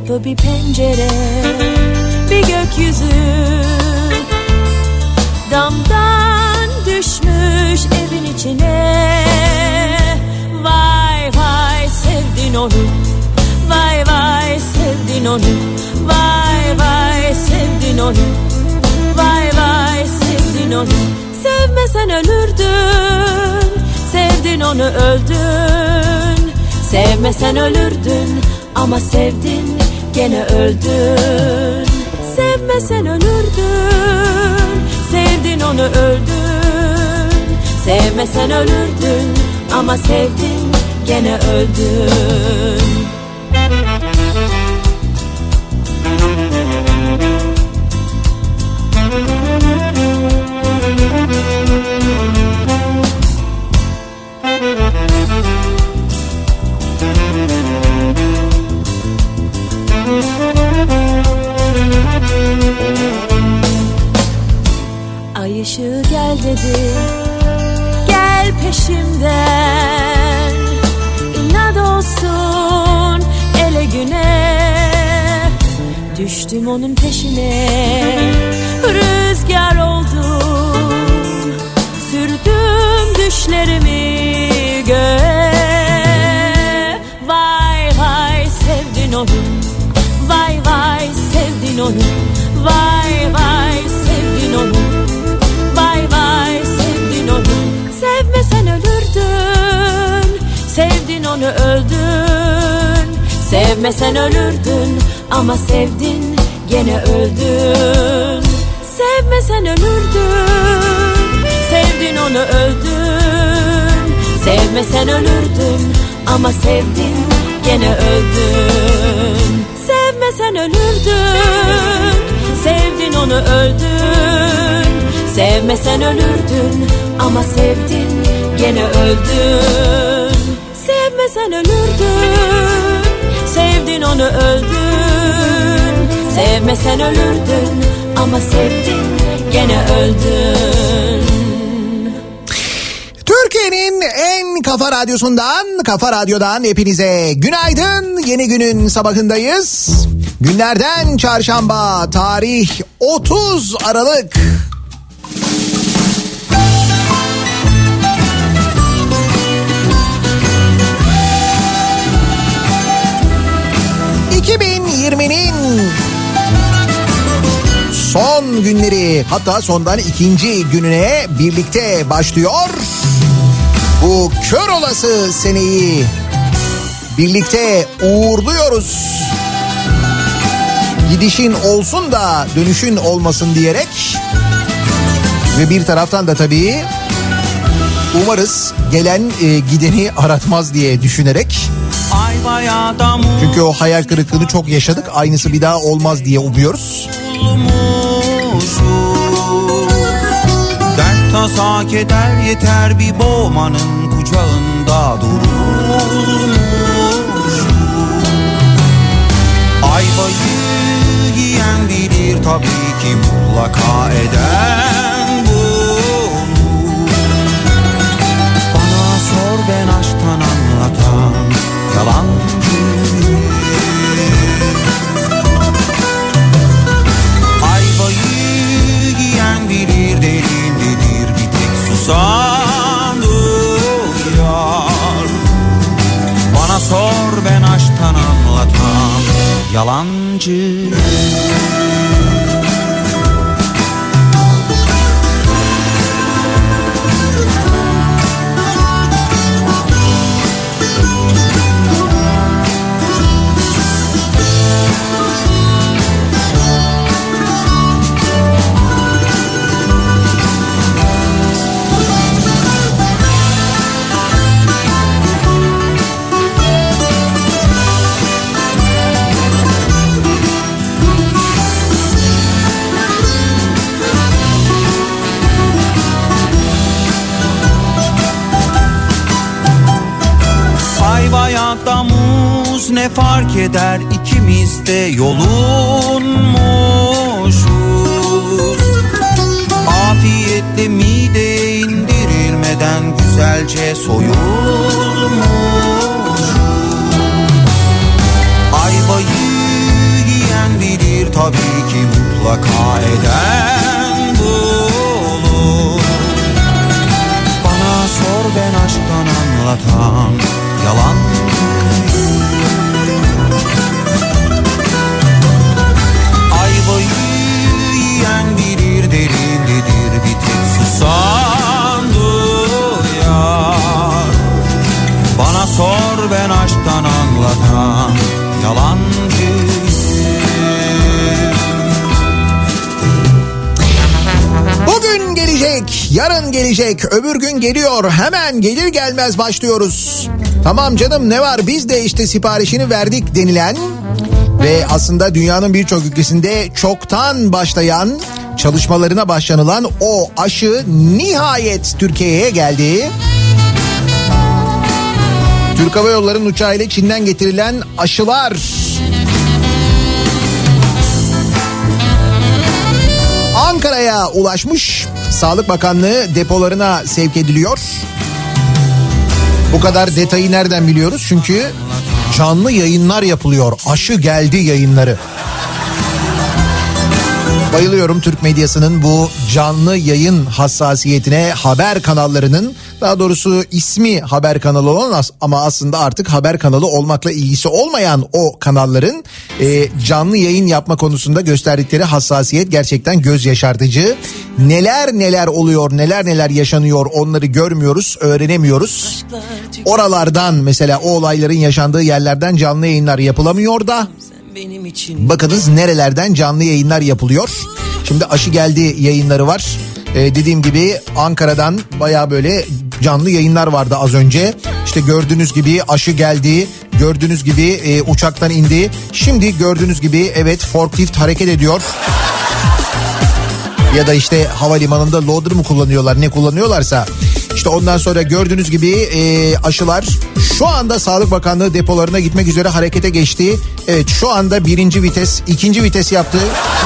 kapı bir pencere, bir gökyüzü. Damdan düşmüş evin içine. Vay vay sevdin onu, vay vay sevdin onu, vay vay sevdin onu, vay vay sevdin onu. Sevmesen ölürdün, sevdin onu öldün. Sevmesen ölürdün ama sevdin gene öldün. Sevmesen ölürdün, sevdin onu öldün. Sevmesen ölürdün ama sevdin gene öldün. Ay ışığı gel dedi, gel peşimden. İnat olsun ele güne, düştüm onun peşine. Rüzgar oldum, sürdüm düşlerimi göğe. Vay vay sevdin onu, vay vay sevdin onu, vay vay sevdin onu, vay vay sevdin onu. Sevmesen ölürdün, sevdin onu öldün. Sevmesen ölürdün ama sevdin gene öldün. Sevmesen ölürdün, sevdin onu öldün. Sevmesen ölürdün ama sevdin gene öldün. Sevmesen ölürdün, sevdin onu öldün. Sevmesen ölürdün ama sevdin gene öldün. Sevmesen ölürdün, sevdin onu öldün. Sevmesen ölürdün ama sevdin gene öldün. Türkiye'nin en kafa radyosundan, Kafa Radyo'dan hepinize günaydın. Yeni günün sabahındayız. Günlerden çarşamba, tarih 30 Aralık. Son günleri, hatta sondan ikinci gününe birlikte başlıyor. Bu kör olası seneyi birlikte uğurluyoruz. Gidişin olsun da dönüşün olmasın diyerek ve bir taraftan da tabii umarız gelen gideni aratmaz diye düşünerek. Çünkü o hayal kırıklığını çok yaşadık. Aynısı bir daha olmaz diye umuyoruz. Dert tasa keder yeter bir boğmanın kucağında durmuş. Ayvayı yiyen bilir tabii ki mutlaka eden bunu. Bana sor ben aşktan anlatan yalancı. Ayvayı yiyen bilir derindedir bir tek susan duyar. Bana sor ben aşktan anlatan yalancı. Hayatta muz ne fark eder, ikimiz de yolunmuşuz. Afiyetle mideye indirilmeden güzelce soyulmuş. Ayvayı tabii ki mutlaka eden bulur. Bana sor ben aşktan anlatan yalan. Ayvayı yiyen bilir derindedir bir tek susan duyar. Bana sor ben aşktan anlatan yalancı. Bugün gelecek, yarın gelecek, öbür gün geliyor, hemen gelir gelmez başlıyoruz. Tamam canım ne var, biz de işte siparişini verdik denilen ve aslında dünyanın birçok ülkesinde çoktan başlayan, çalışmalarına başlanılan o aşı nihayet Türkiye'ye geldi. Türk Hava Yolları'nın uçağıyla Çin'den getirilen aşılar Ankara'ya ulaşmış. Sağlık Bakanlığı depolarına sevk ediliyor. Bu kadar detayı nereden biliyoruz? Çünkü canlı yayınlar yapılıyor. Aşı geldi yayınları. Bayılıyorum Türk medyasının bu canlı yayın hassasiyetine, haber kanallarının, daha doğrusu ismi haber kanalı olan ama aslında artık haber kanalı olmakla ilgisi olmayan o kanalların canlı yayın yapma konusunda gösterdikleri hassasiyet gerçekten göz yaşartıcı. Neler neler oluyor, neler neler yaşanıyor, onları görmüyoruz, öğrenemiyoruz. Oralardan mesela o olayların yaşandığı yerlerden canlı yayınlar yapılamıyor da bakınız nerelerden canlı yayınlar yapılıyor. Şimdi aşı geldi yayınları var. Dediğim gibi Ankara'dan bayağı böyle canlı yayınlar vardı az önce. İşte gördüğünüz gibi aşı geldi. Gördüğünüz gibi uçaktan indi. Şimdi gördüğünüz gibi evet forklift hareket ediyor. Ya da işte havalimanında loader mı kullanıyorlar, ne kullanıyorlarsa. İşte ondan sonra gördüğünüz gibi aşılar şu anda Sağlık Bakanlığı depolarına gitmek üzere harekete geçti. Evet, şu anda 1. vites, 2. vites yaptı.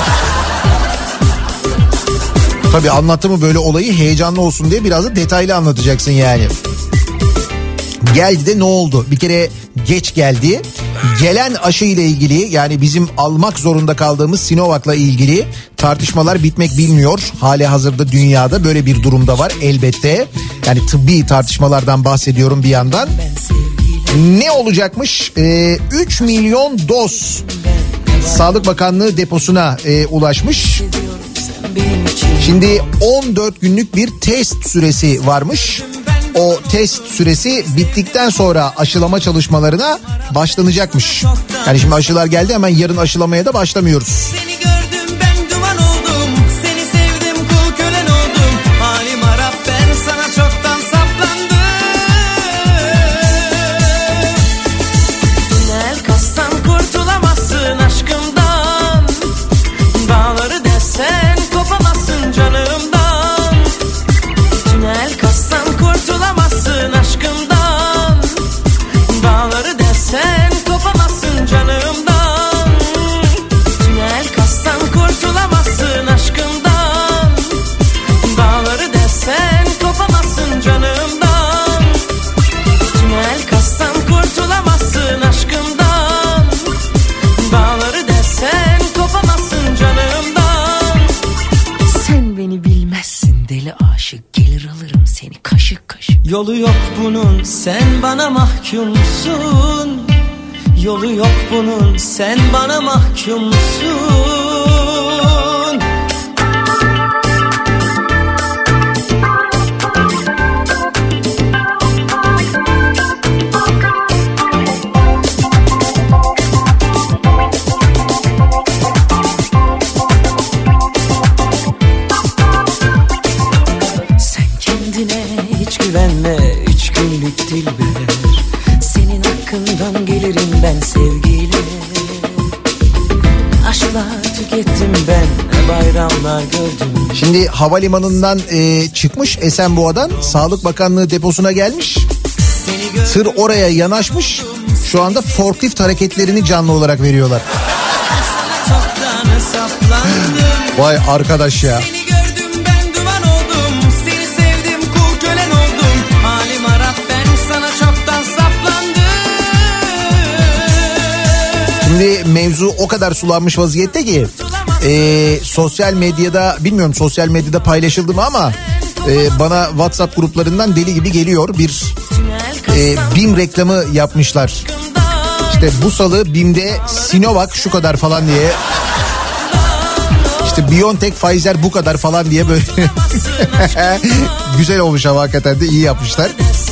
Tabii anlattı mı böyle olayı heyecanlı olsun diye biraz da detaylı anlatacaksın yani. Geldi de ne oldu? Bir kere geç geldi. Gelen aşı ile ilgili, yani bizim almak zorunda kaldığımız Sinovac'la ilgili tartışmalar bitmek bilmiyor. Hali hazırda dünyada böyle bir durumda var elbette. Yani tıbbi tartışmalardan bahsediyorum bir yandan. Ne olacakmış? 3 milyon doz Sağlık Bakanlığı deposuna ulaşmış. Şimdi 14 günlük bir test süresi varmış. O test süresi bittikten sonra aşılama çalışmalarına başlanacakmış. Yani şimdi aşılar geldi, hemen yarın aşılamaya da başlamıyoruz. Seni gördüm ben duman oldum, seni sevdim kul kölen oldum. Halim harap ben sana çoktan saplandım. Tünel kazsan kurtulamazsın aşkımdan. Dağları desen kopamazsın canımdan. Tünel kazsan kurtulamazsın aşkımdan. Dağları desen kopamazsın canımdan. Tünel kazsan kurtulamazsın aşkımdan. Dağları desen kopamazsın canımdan. Tünel kazsan kurtulamazsın aşkımdan. Dağları desen kopamazsın canımdan. Sen beni bilmezsin deli aşık, gelir alırım seni kaşık kaşık. Yolu yok bunun sen bana mahkumsun. Yolu yok bunun sen bana mahkumsun. Sen kendine hiç güvenme, 3 günlük dilber. Senin hakkından gelirim ben sevgiyle. Aşılar tükettim ben, bayramlar gördüm. Şimdi havalimanından çıkmış Esenboğa'dan Sağlık Bakanlığı deposuna gelmiş. Tır oraya yanaşmış. Şu anda forklift hareketlerini canlı olarak veriyorlar. Vay arkadaş ya. Şimdi mevzu o kadar sulanmış vaziyette ki sosyal medyada, bilmiyorum sosyal medyada paylaşıldı mı ama bana WhatsApp gruplarından deli gibi geliyor. Bir BİM reklamı yapmışlar. İşte bu salı BİM'de Sinovac şu kadar falan diye. İşte BioNTech, Pfizer bu kadar falan diye böyle. Güzel olmuş ama hakikaten de iyi yapmışlar.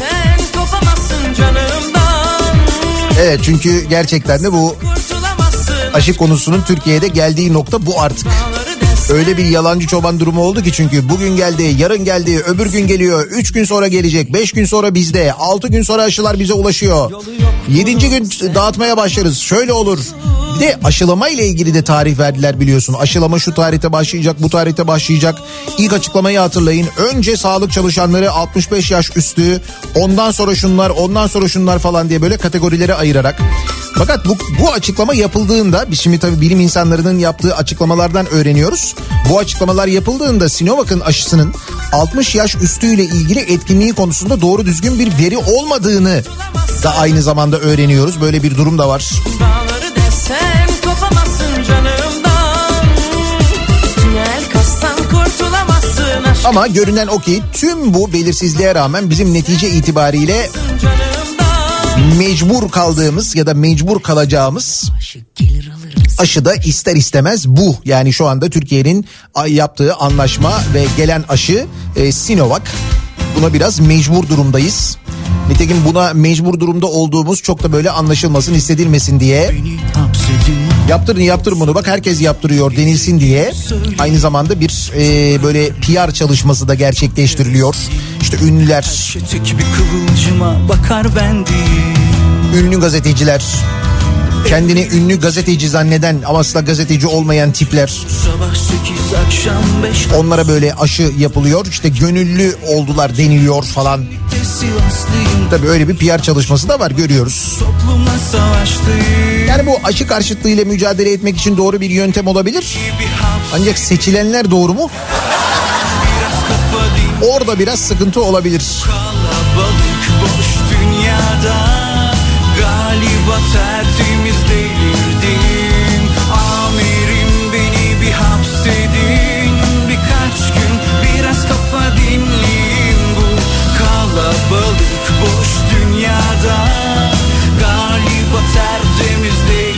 Evet, çünkü gerçekten de bu aşı konusunun Türkiye'de geldiği nokta bu artık. Öyle bir yalancı çoban durumu oldu ki, çünkü bugün geldi, yarın geldi, öbür gün geliyor, 3 gün sonra gelecek, 5 gün sonra bizde, 6 gün sonra aşılar bize ulaşıyor. 7. gün dağıtmaya başlarız, şöyle olur. Bir de aşılama ile ilgili de tarih verdiler biliyorsun. Aşılama şu tarihte başlayacak, bu tarihte başlayacak. İlk açıklamayı hatırlayın. Önce sağlık çalışanları 65 yaş üstü, ondan sonra şunlar, ondan sonra şunlar falan diye böyle kategorilere ayırarak. Fakat bu açıklama yapıldığında, biz şimdi tabii bilim insanlarının yaptığı açıklamalardan öğreniyoruz. Bu açıklamalar yapıldığında Sinovac'ın aşısının 60 yaş üstüyle ilgili etkinliği konusunda doğru düzgün bir veri olmadığını da aynı zamanda öğreniyoruz. Böyle bir durum da var. Sen kopamazsın canımdan, tünel kazsan kurtulamazsın aşkım. Ama görünen o ki tüm bu belirsizliğe rağmen bizim netice itibariyle mecbur kaldığımız ya da mecbur kalacağımız aşı da ister istemez bu. Yani şu anda Türkiye'nin yaptığı anlaşma ve gelen aşı Sinovac. Buna biraz mecbur durumdayız. Nitekim buna mecbur durumda olduğumuz çok da böyle anlaşılmasın, hissedilmesin diye yaptırın bunu, bak herkes yaptırıyor denilsin diye aynı zamanda bir böyle PR çalışması da gerçekleştiriliyor. İşte ünlüler, ünlü gazeteciler, kendini ünlü gazeteci zanneden ama asla gazeteci olmayan tipler, onlara böyle aşı yapılıyor, işte gönüllü oldular deniliyor falan. Tabii öyle bir PR çalışması da var, görüyoruz. Yani bu aşı karşıtlığıyla mücadele etmek için doğru bir yöntem olabilir. Ancak seçilenler doğru mu? Orada biraz sıkıntı olabilir. Kalabalık boş dünyada galiba tertemiz delirdim. Amirim beni bir hapsedin, birkaç gün biraz kafa dinleyeyim. Bu kalabalık boş dünyada galiba tertemiz delirdim.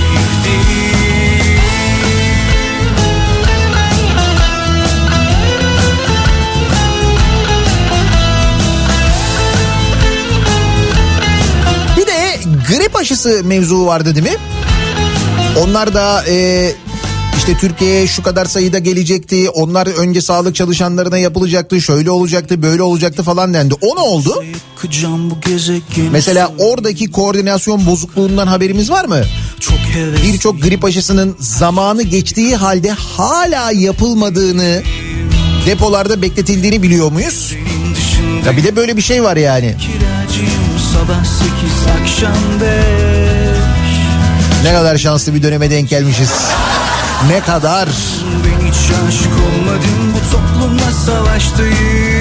Grip aşısı mevzu vardı değil mi? Onlar da işte Türkiye'ye şu kadar sayıda gelecekti. Onlar önce sağlık çalışanlarına yapılacaktı. Şöyle olacaktı, böyle olacaktı falan dendi. O ne oldu? Mesela oradaki koordinasyon bozukluğundan haberimiz var mı? Birçok grip aşısının zamanı geçtiği halde hala yapılmadığını, depolarda bekletildiğini biliyor muyuz? Ya bir de böyle bir şey var yani. Sabah 8 akşam 5. Ne kadar şanslı bir döneme denk gelmişiz. Ne kadar. Ben hiç aşık olmadım, bu toplumla savaştayım.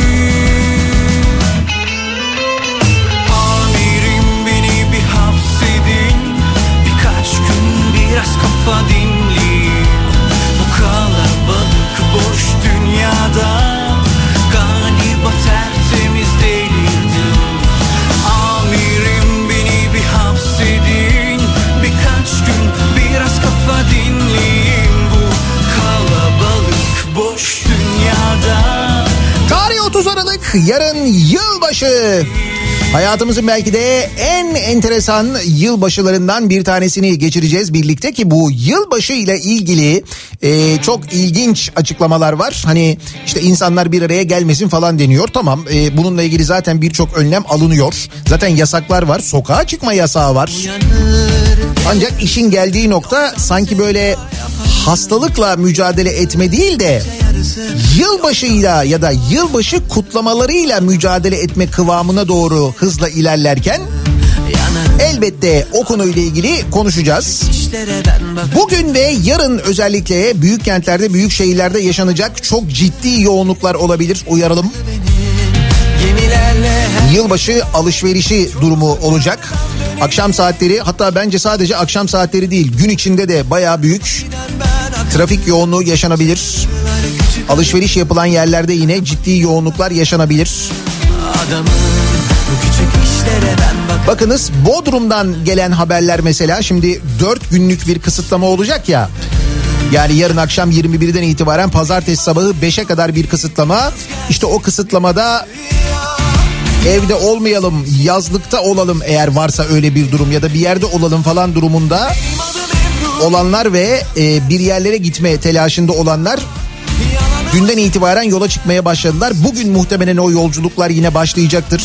Amirim beni bir hapsedin, birkaç gün biraz kafa dinleyeyim. Bu kalabalık boş dünyada galiba tertemiz delirdim. Amirim beni bir hapsedin, birkaç gün biraz kafa dinleyeyim. Bu kalabalık boş dünyada. Tarih 30 Aralık, yarın yılbaşı. Hayatımızın belki de en enteresan yılbaşılarından bir tanesini geçireceğiz birlikte ki bu yılbaşı ile ilgili çok ilginç açıklamalar var. Hani işte insanlar bir araya gelmesin falan deniyor. Tamam, bununla ilgili zaten birçok önlem alınıyor. Zaten yasaklar var, sokağa çıkma yasağı var. Ancak işin geldiği nokta sanki böyle hastalıkla mücadele etme değil de yılbaşıyla ya da yılbaşı kutlamalarıyla mücadele etme kıvamına doğru hızla ilerlerken elbette o konuyla ilgili konuşacağız. Bugün ve yarın özellikle büyük kentlerde, büyük şehirlerde yaşanacak çok ciddi yoğunluklar olabilir, uyaralım. Yılbaşı alışverişi durumu olacak. Akşam saatleri, hatta bence sadece akşam saatleri değil, gün içinde de bayağı büyük trafik yoğunluğu yaşanabilir. Alışveriş yapılan yerlerde yine ciddi yoğunluklar yaşanabilir. Bakınız Bodrum'dan gelen haberler mesela, şimdi 4 günlük bir kısıtlama olacak ya. Yani yarın akşam 21'den itibaren pazartesi sabahı 5'e kadar bir kısıtlama. İşte o kısıtlamada evde olmayalım, yazlıkta olalım eğer varsa öyle bir durum, ya da bir yerde olalım falan durumunda olanlar ve bir yerlere gitme telaşında olanlar dünden itibaren yola çıkmaya başladılar. Bugün muhtemelen o yolculuklar yine başlayacaktır.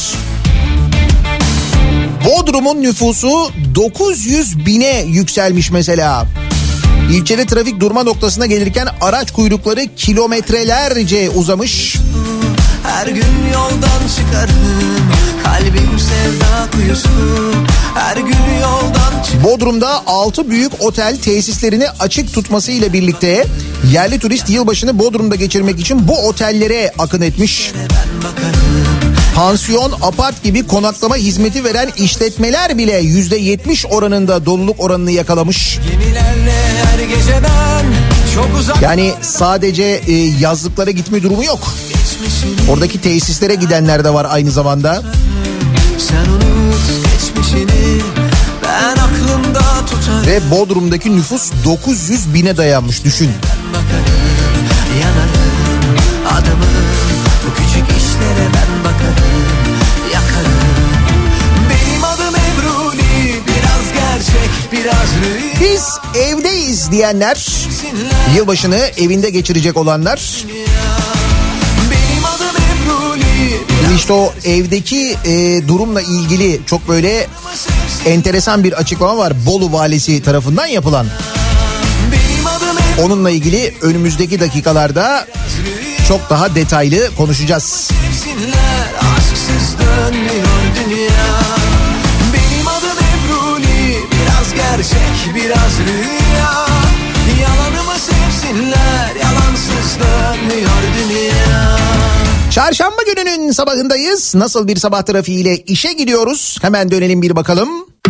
Bodrum'un nüfusu 900 bine yükselmiş mesela. İlçede trafik durma noktasına gelirken araç kuyrukları kilometrelerce uzamış. Her gün yoldan çıkarım, kalbim sevda kuyusu. Her gün yoldan çıkarım. Bodrum'da 6 büyük otel tesislerini açık tutması ile birlikte yerli turist yılbaşını Bodrum'da geçirmek için bu otellere akın etmiş. Pansiyon, apart gibi konaklama hizmeti veren işletmeler bile %70 oranında doluluk oranını yakalamış. Yani sadece yazlıklara gitme durumu yok. Oradaki tesislere gidenler de var aynı zamanda. Sen unut geçmişini, ben aklımda tutarım. Ve Bodrum'daki nüfus 900 bine dayanmış, düşün. Ben bakarım, yanarım, adamım. Bu küçük işlere ben bakarım, yakarım. Benim adım Ebruli, biraz gerçek, biraz rüya. Biz evdeyiz diyenler, yılbaşını evinde geçirecek olanlar. İşte o evdeki durumla ilgili çok böyle enteresan bir açıklama var Bolu valisi tarafından yapılan. Onunla ilgili önümüzdeki dakikalarda çok daha detaylı konuşacağız. Benim adım Ebruli, biraz gerçek, biraz rüya. Yalanımı sevsinler, yalansız dönüyor dünya. Çarşamba gününün sabahındayız. Nasıl bir sabah trafiğiyle işe gidiyoruz? Hemen dönelim bir bakalım.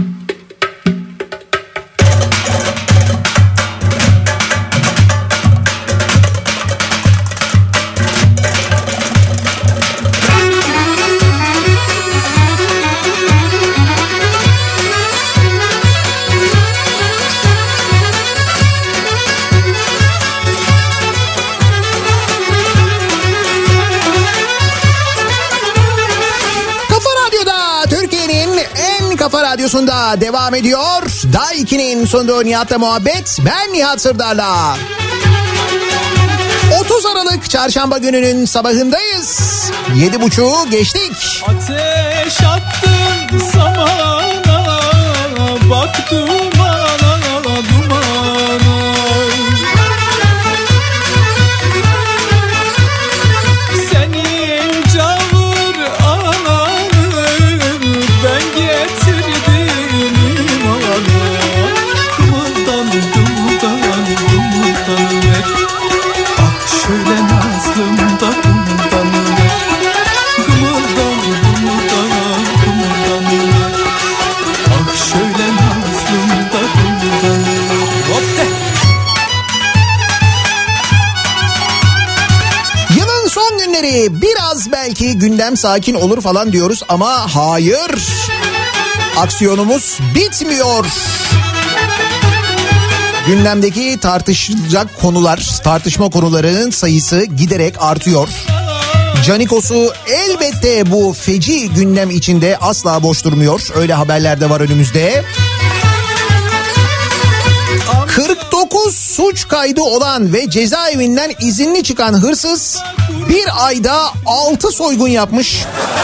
Radyosunda devam ediyor. Daiki'nin sunduğu Nihat'la muhabbet. Ben Nihat Sırdar'la. 30 Aralık Çarşamba gününün sabahındayız. 7.30'u geçtik. Ateş attım samana, bak dumana, dumana. Senin cavur ananı ben getirdim imana. Dumuldan, dumuldan, dumuldan ver. Ah şöyle nazlım da dumuldan ver. Dumuldan, dumuldan, dumuldan ver. Ah şöyle nazlım da dumuldan ver. Hop de. Yılın son günleri biraz belki gündem sakin olur falan diyoruz ama hayır. Aksiyonumuz bitmiyor. Gündemdeki tartışılacak konular, tartışma konularının sayısı giderek artıyor. Canikos'u elbette bu feci gündem içinde asla boş durmuyor. Öyle haberler de var önümüzde. 49 suç kaydı olan ve cezaevinden izinli çıkan hırsız bir ayda 6 soygun yapmış.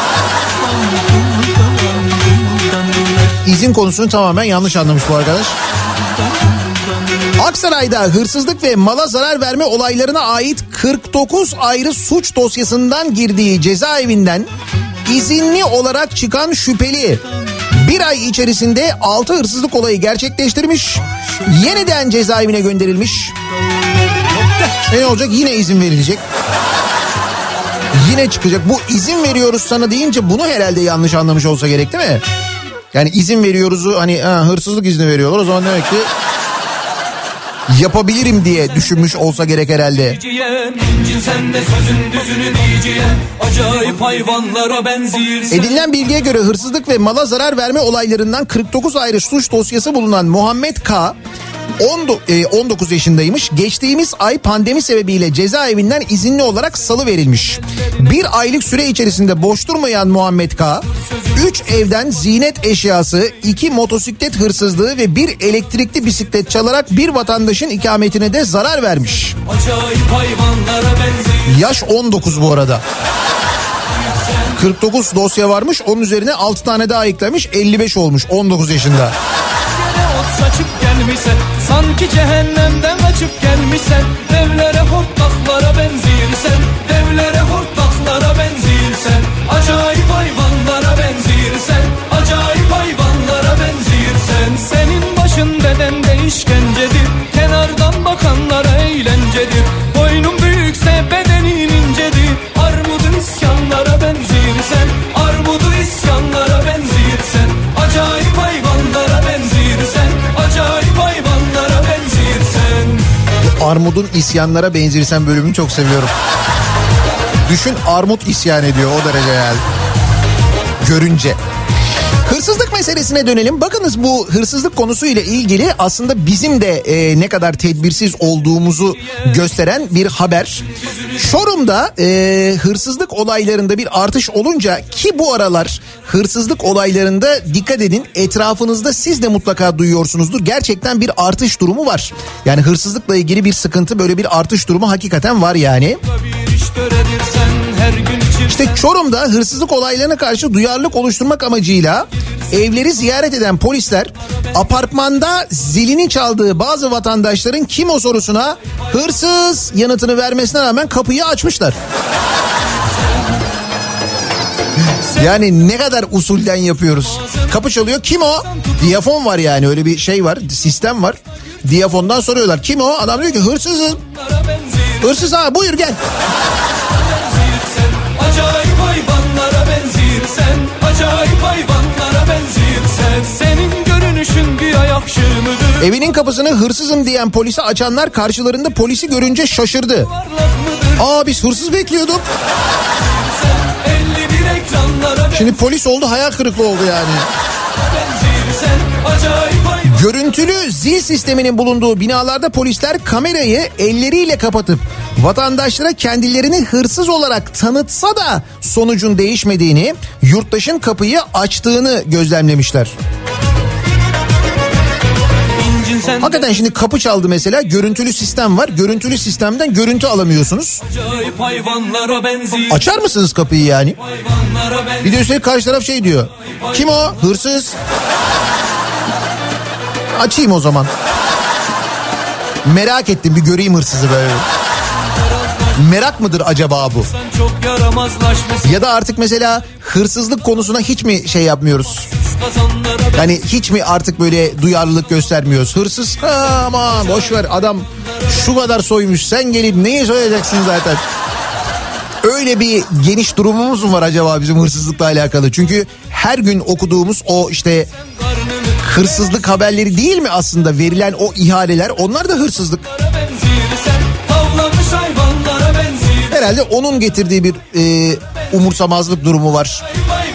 İzin konusunu tamamen yanlış anlamış bu arkadaş. Aksaray'da hırsızlık ve mala zarar verme olaylarına ait 49 ayrı suç dosyasından girdiği cezaevinden izinli olarak çıkan şüpheli bir ay içerisinde 6 hırsızlık olayı gerçekleştirmiş, yeniden cezaevine gönderilmiş. Ne olacak? Yine izin verilecek. Yine çıkacak. Bu izin veriyoruz sana deyince bunu herhalde yanlış anlamış olsa gerek, değil mi? Yani izin veriyoruzu hani hırsızlık izni veriyorlar, o zaman demek ki yapabilirim diye düşünmüş olsa gerek herhalde. Edinilen bilgiye göre hırsızlık ve mala zarar verme olaylarından 49 ayrı suç dosyası bulunan Muhammed K. 19 yaşındaymış. Geçtiğimiz ay pandemi sebebiyle cezaevinden izinli olarak salıverilmiş. Bir aylık süre içerisinde boş durmayan Muhammed K. 3 evden ziynet eşyası, 2 motosiklet hırsızlığı ve 1 elektrikli bisiklet çalarak bir vatandaşın ikametine de zarar vermiş. Yaş 19 bu arada. 49 dosya varmış, onun üzerine 6 tane daha eklemiş, 55 olmuş 19 yaşında. Saçıp gelmişsen, sanki cehennemden kaçıp gelmişsen, devlere hortlaklara benzirsen, devlere hortlaklara benzirsen, acayip hayvanlara benzirsen, acayip hayvanlara benzirsen. Senin başın bedende işkencedir, kenardan bakanlara eğlencedir. Boynun büyükse bedenin incedir, armudun isyanlara benzirsen, armudu isyanlara benzirsen, acayip hayvanlara benzirsen, acayip hayvanlara benzirsen. Armudun isyanlara benzirsen bölümünü çok seviyorum. Düşün, armut isyan ediyor, o derece yani. Görünce. Hırsızlık meselesine dönelim. Bakınız, bu hırsızlık konusuyla ilgili aslında bizim de ne kadar tedbirsiz olduğumuzu gösteren bir haber. Çorum'da hırsızlık olaylarında bir artış olunca, ki bu aralar hırsızlık olaylarında dikkat edin, etrafınızda siz de mutlaka duyuyorsunuzdur. Gerçekten bir artış durumu var. Yani hırsızlıkla ilgili bir sıkıntı, böyle bir artış durumu hakikaten var yani. İşte Çorum'da hırsızlık olaylarına karşı duyarlılık oluşturmak amacıyla evleri ziyaret eden polisler apartmanda zilini çaldığı bazı vatandaşların kim o sorusuna hırsız yanıtını vermesine rağmen kapıyı açmışlar. Yani ne kadar usulden yapıyoruz. Kapı çalıyor, kim o? Diyafon var, yani öyle bir şey var, sistem var. Diyafondan soruyorlar, kim o? Adam diyor ki hırsızım. Hırsız, ha buyur gel. Acayip hayvanlara benzirsen, acayip hayvanlara benzirsen, senin görünüşün bir ayak şığımıdır. Evinin kapısını hırsızım diyen polise açanlar karşılarında polisi görünce şaşırdı. Aa, biz hırsız bekliyorduk. Şimdi polis oldu, hayal kırıklığı oldu yani. Görüntülü zil sisteminin bulunduğu binalarda polisler kamerayı elleriyle kapatıp vatandaşlara kendilerini hırsız olarak tanıtsa da sonucun değişmediğini, yurttaşın kapıyı açtığını gözlemlemişler. Hakikaten şimdi kapı çaldı mesela, görüntülü sistem var. Görüntülü sistemden görüntü alamıyorsunuz. Açar mısınız kapıyı yani? Bir de üstelik karşı taraf şey diyor. Kim o? Hırsız. Açayım o zaman. Merak ettim, bir göreyim hırsızı böyle. Merak mıdır acaba bu? Ya da artık mesela hırsızlık konusuna hiç mi şey yapmıyoruz? Yani hiç mi artık böyle duyarlılık göstermiyoruz? Hırsız, aman boş ver, adam şu kadar soymuş, sen gelip neyi soyacaksın zaten? Öyle bir geniş durumumuz mu var acaba bizim hırsızlıkla alakalı? Çünkü her gün okuduğumuz o işte hırsızlık haberleri değil mi aslında, verilen o ihaleler, onlar da hırsızlık. Herhalde onun getirdiği bir umursamazlık durumu var.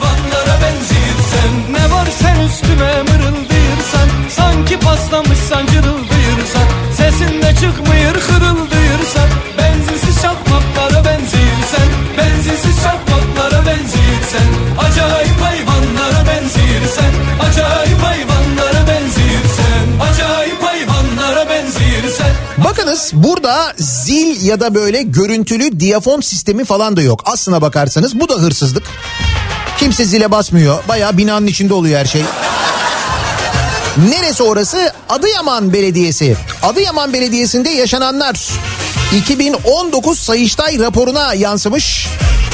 Ne var sen üstüme mırıldayırsan, sanki paslamışsan cırıldayırsan, sesinde çıkmıyor hırıldayırsan, benzinsiz çakmaklara benzirsen, benzinsiz çakmaklara benzirsen, acayip hayvanlara benzirsen, acayip hayvanlara benzirsen, acayip hayvanlara benzirsen. Bakınız, burada zil ya da böyle görüntülü diyafon sistemi falan da yok. Aslına bakarsanız bu da hırsızlık. Kimse zile basmıyor. Bayağı binanın içinde oluyor her şey. Neresi orası? Adıyaman Belediyesi. Adıyaman Belediyesi'nde yaşananlar 2019 Sayıştay raporuna yansımış.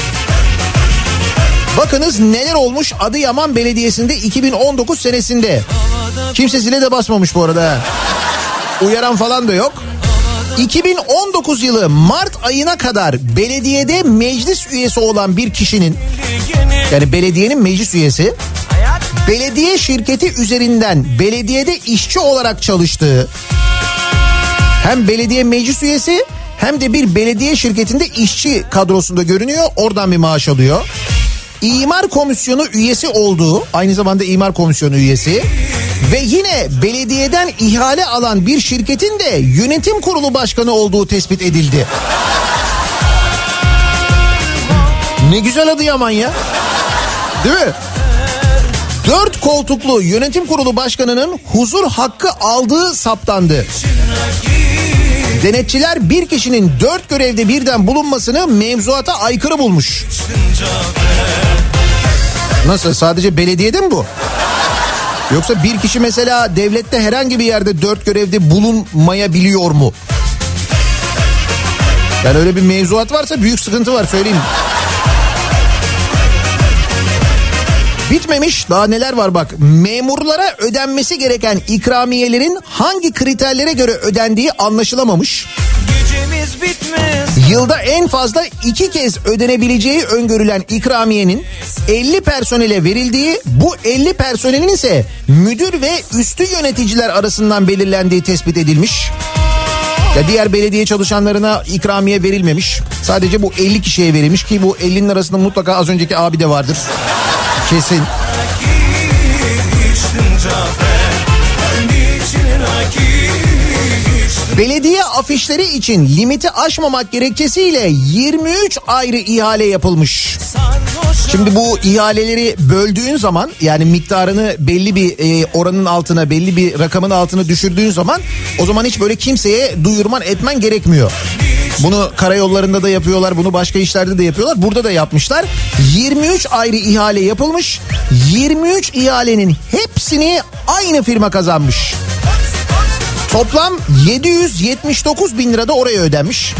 Bakınız neler olmuş Adıyaman Belediyesi'nde 2019 senesinde. Kimse zile de basmamış bu arada. Uyaran falan da yok. 2019 yılı Mart ayına kadar belediyede meclis üyesi olan bir kişinin, yani belediyenin meclis üyesi, belediye şirketi üzerinden belediyede işçi olarak çalıştığı, hem belediye meclis üyesi hem de bir belediye şirketinde işçi kadrosunda görünüyor. Oradan bir maaş alıyor. İmar komisyonu üyesi olduğu, aynı zamanda imar komisyonu üyesi ve yine belediyeden ihale alan bir şirketin de yönetim kurulu başkanı olduğu tespit edildi. Ne güzel Adıyaman ya. Değil mi? 4 koltuklu yönetim kurulu başkanının huzur hakkı aldığı saptandı. Denetçiler bir kişinin 4 görevde birden bulunmasını mevzuata aykırı bulmuş. Nasıl, sadece belediyede mi bu? Yoksa bir kişi mesela devlette herhangi bir yerde 4 görevde bulunmayabiliyor mu? Yani öyle bir mevzuat varsa büyük sıkıntı var, söyleyeyim. Bitmemiş, daha neler var bak. Memurlara ödenmesi gereken ikramiyelerin hangi kriterlere göre ödendiği anlaşılamamış. Yılda en fazla 2 kez ödenebileceği öngörülen ikramiyenin 50 personele verildiği, bu 50 personelin ise müdür ve üstü yöneticiler arasından belirlendiği tespit edilmiş. Ya diğer belediye çalışanlarına ikramiye verilmemiş. Sadece bu 50 kişiye verilmiş ki bu 50'nin arasında mutlaka az önceki abi de vardır. Kesin. Belediye afişleri için limiti aşmamak gerekçesiyle 23 ayrı ihale yapılmış. Şimdi bu ihaleleri böldüğün zaman, yani miktarını belli bir oranın altına, belli bir rakamın altına düşürdüğün zaman, o zaman hiç böyle kimseye duyurman etmen gerekmiyor. Bunu karayollarında da yapıyorlar, bunu başka işlerde de yapıyorlar, burada da yapmışlar. 23 ayrı ihale yapılmış. 23 ihalenin hepsini aynı firma kazanmış. Toplam 779 bin lira da oraya ödenmiş.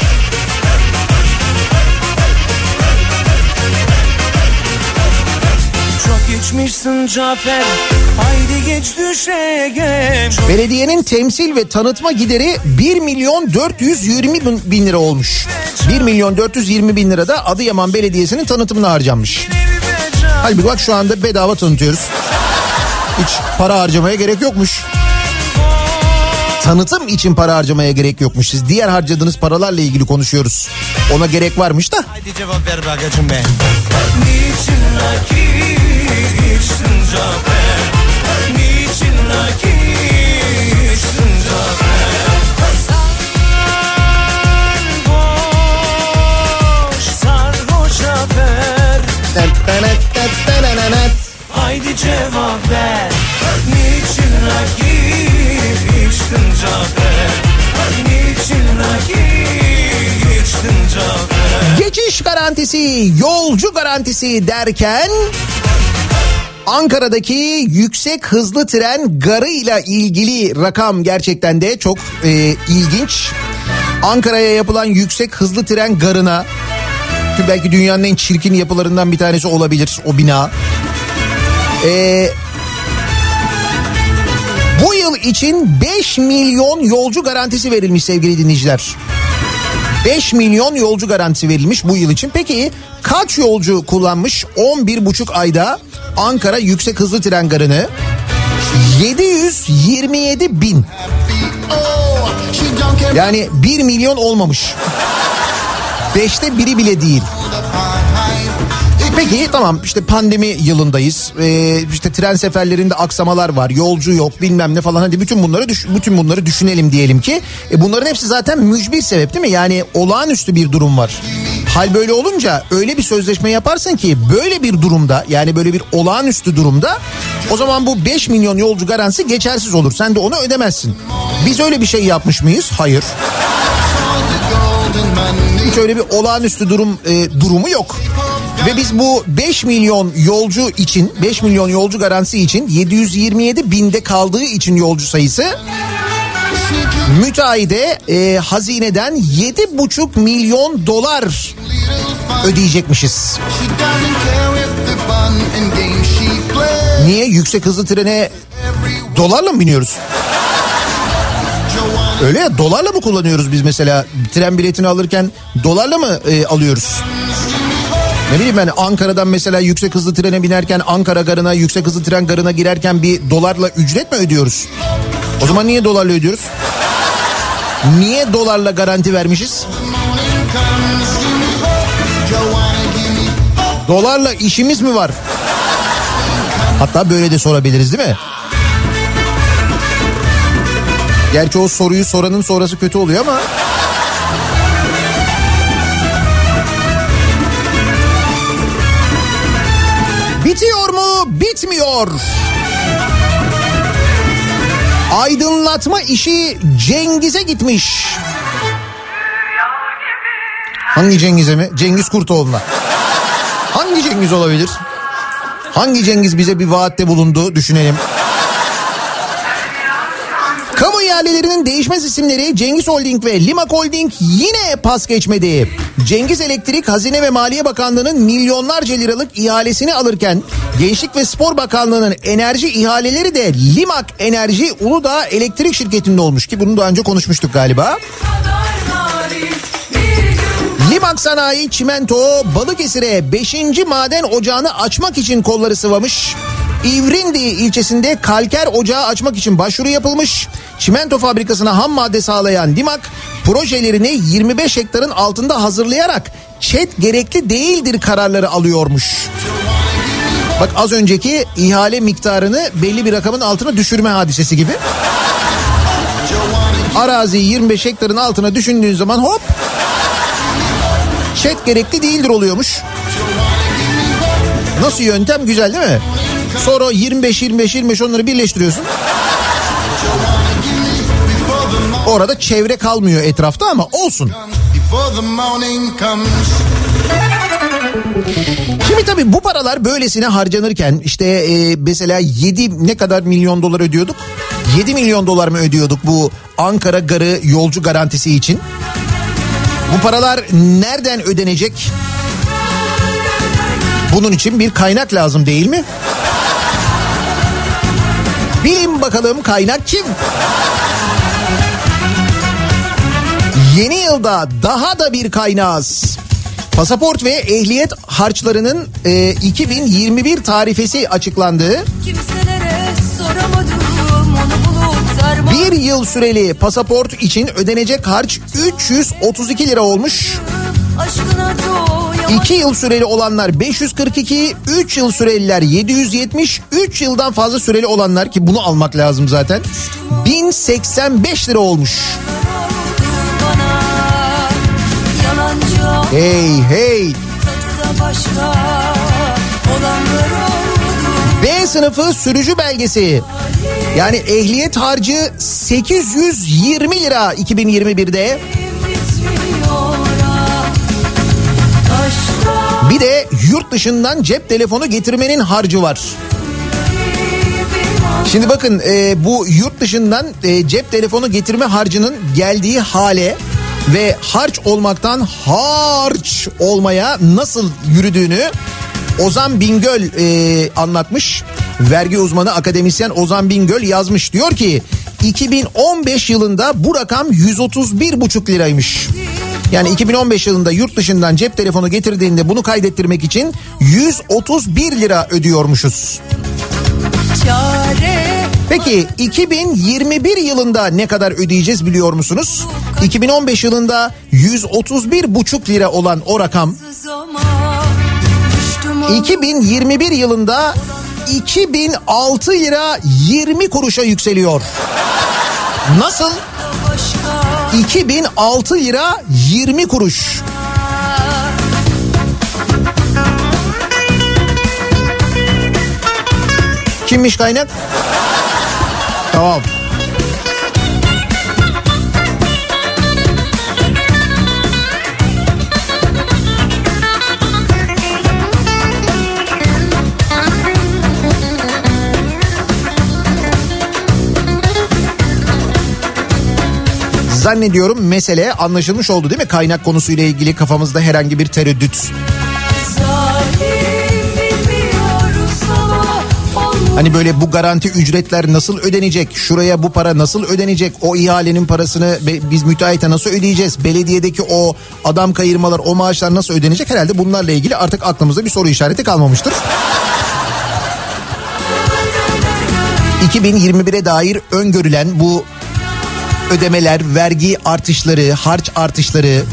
Çok içmişsin Cafer, haydi geç düşelim. Belediyenin temsil ve tanıtma gideri 1 milyon 420 bin lira olmuş. 1 milyon 420 bin lira da Adıyaman Belediyesi'nin tanıtımına harcanmış. Halbuki bak şu anda bedava tanıtıyoruz. Hiç para harcamaya gerek yokmuş. Tanıtım için para harcamaya gerek yokmuş. Siz diğer harcadığınız paralarla ilgili konuşuyoruz. Ona gerek varmış da. Haydi cevap ver bagacım be. Niçin nakit içtin Cafer? Niçin nakit içtin Cafer? Sarhoş Cafer. Haydi cevap ver. Niçin nakit içtin Cafer? Niçin nakit içtin Cafer? Geçiş garantisi, yolcu garantisi derken Ankara'daki yüksek hızlı tren garıyla ilgili rakam gerçekten de çok ilginç. Ankara'ya yapılan yüksek hızlı tren garına, ki belki dünyanın en çirkin yapılarından bir tanesi olabilir o bina. Bu yıl için 5 milyon yolcu garantisi verilmiş sevgili dinleyiciler. 5 milyon yolcu garantisi verilmiş bu yıl için. Peki kaç yolcu kullanmış 11,5 ayda Ankara yüksek hızlı tren garını? 727 bin. Yani 1 milyon olmamış. 5'te biri bile değil. Peki tamam, işte pandemi yılındayız. İşte tren seferlerinde aksamalar var. Yolcu yok, bilmem ne falan. Hadi bütün bunları düşünelim diyelim ki. Bunların hepsi zaten mücbir sebep değil mi? Yani olağanüstü bir durum var. Hal böyle olunca öyle bir sözleşme yaparsın ki böyle bir durumda, yani böyle bir olağanüstü durumda, o zaman bu 5 milyon yolcu garantisi geçersiz olur. Sen de onu ödemezsin. Biz öyle bir şey yapmış mıyız? Hayır. Hiç öyle bir olağanüstü durumu yok. Ve biz bu 5 milyon yolcu için, 5 milyon yolcu garantisi için 727 binde kaldığı için yolcu sayısı, müteahhide hazineden 7,5 milyon dolar ödeyecekmişiz. Niye? Yüksek hızlı trene dolarla mı biniyoruz? Öyle ya, dolarla mı kullanıyoruz biz mesela? Tren biletini alırken dolarla mı alıyoruz? Ne bileyim ben, Ankara'dan mesela yüksek hızlı trene binerken Ankara garına, yüksek hızlı tren garına girerken bir dolarla ücret mi ödüyoruz? O zaman niye dolarla ödüyoruz? Niye dolarla garanti vermişiz? Dolarla işimiz mi var? Hatta böyle de sorabiliriz değil mi? Gerçi o soruyu soranın sonrası kötü oluyor ama... Bitiyor mu? Bitmiyor. Aydınlatma işi Cengiz'e gitmiş. Hangi Cengiz'e mi? Cengiz Kurtoğlu'na. Hangi Cengiz olabilir? Hangi Cengiz bize bir vaatte bulundu, düşünelim. Kamu ihalelerinin değişmez isimleri Cengiz Holding ve Limak Holding yine pas geçmedi. Cengiz Elektrik, Hazine ve Maliye Bakanlığı'nın milyonlarca liralık ihalesini alırken Gençlik ve Spor Bakanlığı'nın enerji ihaleleri de Limak Enerji Uludağ Elektrik Şirketi'nde olmuş ki bunu daha önce konuşmuştuk galiba. Limak Sanayi Çimento Balıkesir'e 5. maden ocağını açmak için kolları sıvamış. İvrindi ilçesinde kalker ocağı açmak için başvuru yapılmış. Çimento fabrikasına ham madde sağlayan Limak projelerini 25 hektarın altında hazırlayarak ÇED gerekli değildir kararları alıyormuş. Bak az önceki ihale miktarını belli bir rakamın altına düşürme hadisesi gibi. Araziyi 25 hektarın altına düşündüğün zaman hop ÇED gerekli değildir oluyormuş. Nasıl yöntem, güzel değil mi? Sonra 25 onları birleştiriyorsun. Orada çevre kalmıyor etrafta ama olsun. Şimdi tabii bu paralar böylesine harcanırken işte mesela 7 ne kadar milyon dolar ödüyorduk? 7 milyon dolar mı ödüyorduk bu Ankara Garı yolcu garantisi için? Bu paralar nereden ödenecek? Bunun için bir kaynak lazım değil mi? Bilin bakalım kaynak kim? Yeni yılda daha da bir kaynağız. Pasaport ve ehliyet harçlarının 2021 tarifesi açıklandı. Bir yıl süreli pasaport için ödenecek harç 332 lira olmuş. 2 yıl süreli olanlar 542, 3 yıl süreliler 770, 3 yıldan fazla süreli olanlar ki bunu almak lazım zaten 1085 lira olmuş. Hey hey. B sınıfı sürücü belgesi yani ehliyet harcı 820 lira 2021'de. Bir de yurt dışından cep telefonu getirmenin harcı var. Şimdi bakın bu yurt dışından cep telefonu getirme harcının geldiği hale ve harç olmaktan harç olmaya nasıl yürüdüğünü Ozan Bingöl anlatmış. Vergi uzmanı akademisyen Ozan Bingöl yazmış. Diyor ki 2015 yılında bu rakam 131,5 liraymış. Yani 2015 yılında yurt dışından cep telefonu getirdiğinde bunu kaydettirmek için 131 lira ödüyormuşuz. Peki 2021 yılında ne kadar ödeyeceğiz biliyor musunuz? 2015 yılında 131,5 lira olan o rakam 2021 yılında 2006 lira 20 kuruşa yükseliyor. Nasıl? 2006 lira 20 kuruş. Kimmiş kaynak? Tamam. Zannediyorum mesele anlaşılmış oldu değil mi? Kaynak konusuyla ilgili kafamızda herhangi bir tereddüt. Hani böyle bu garanti ücretler nasıl ödenecek? Şuraya bu para nasıl ödenecek? O ihalenin parasını biz müteahhite nasıl ödeyeceğiz? Belediyedeki o adam kayırmalar, o maaşlar nasıl ödenecek? Herhalde bunlarla ilgili artık aklımızda bir soru işareti kalmamıştır. 2021'e dair öngörülen bu ödemeler, vergi artışları, harç artışları...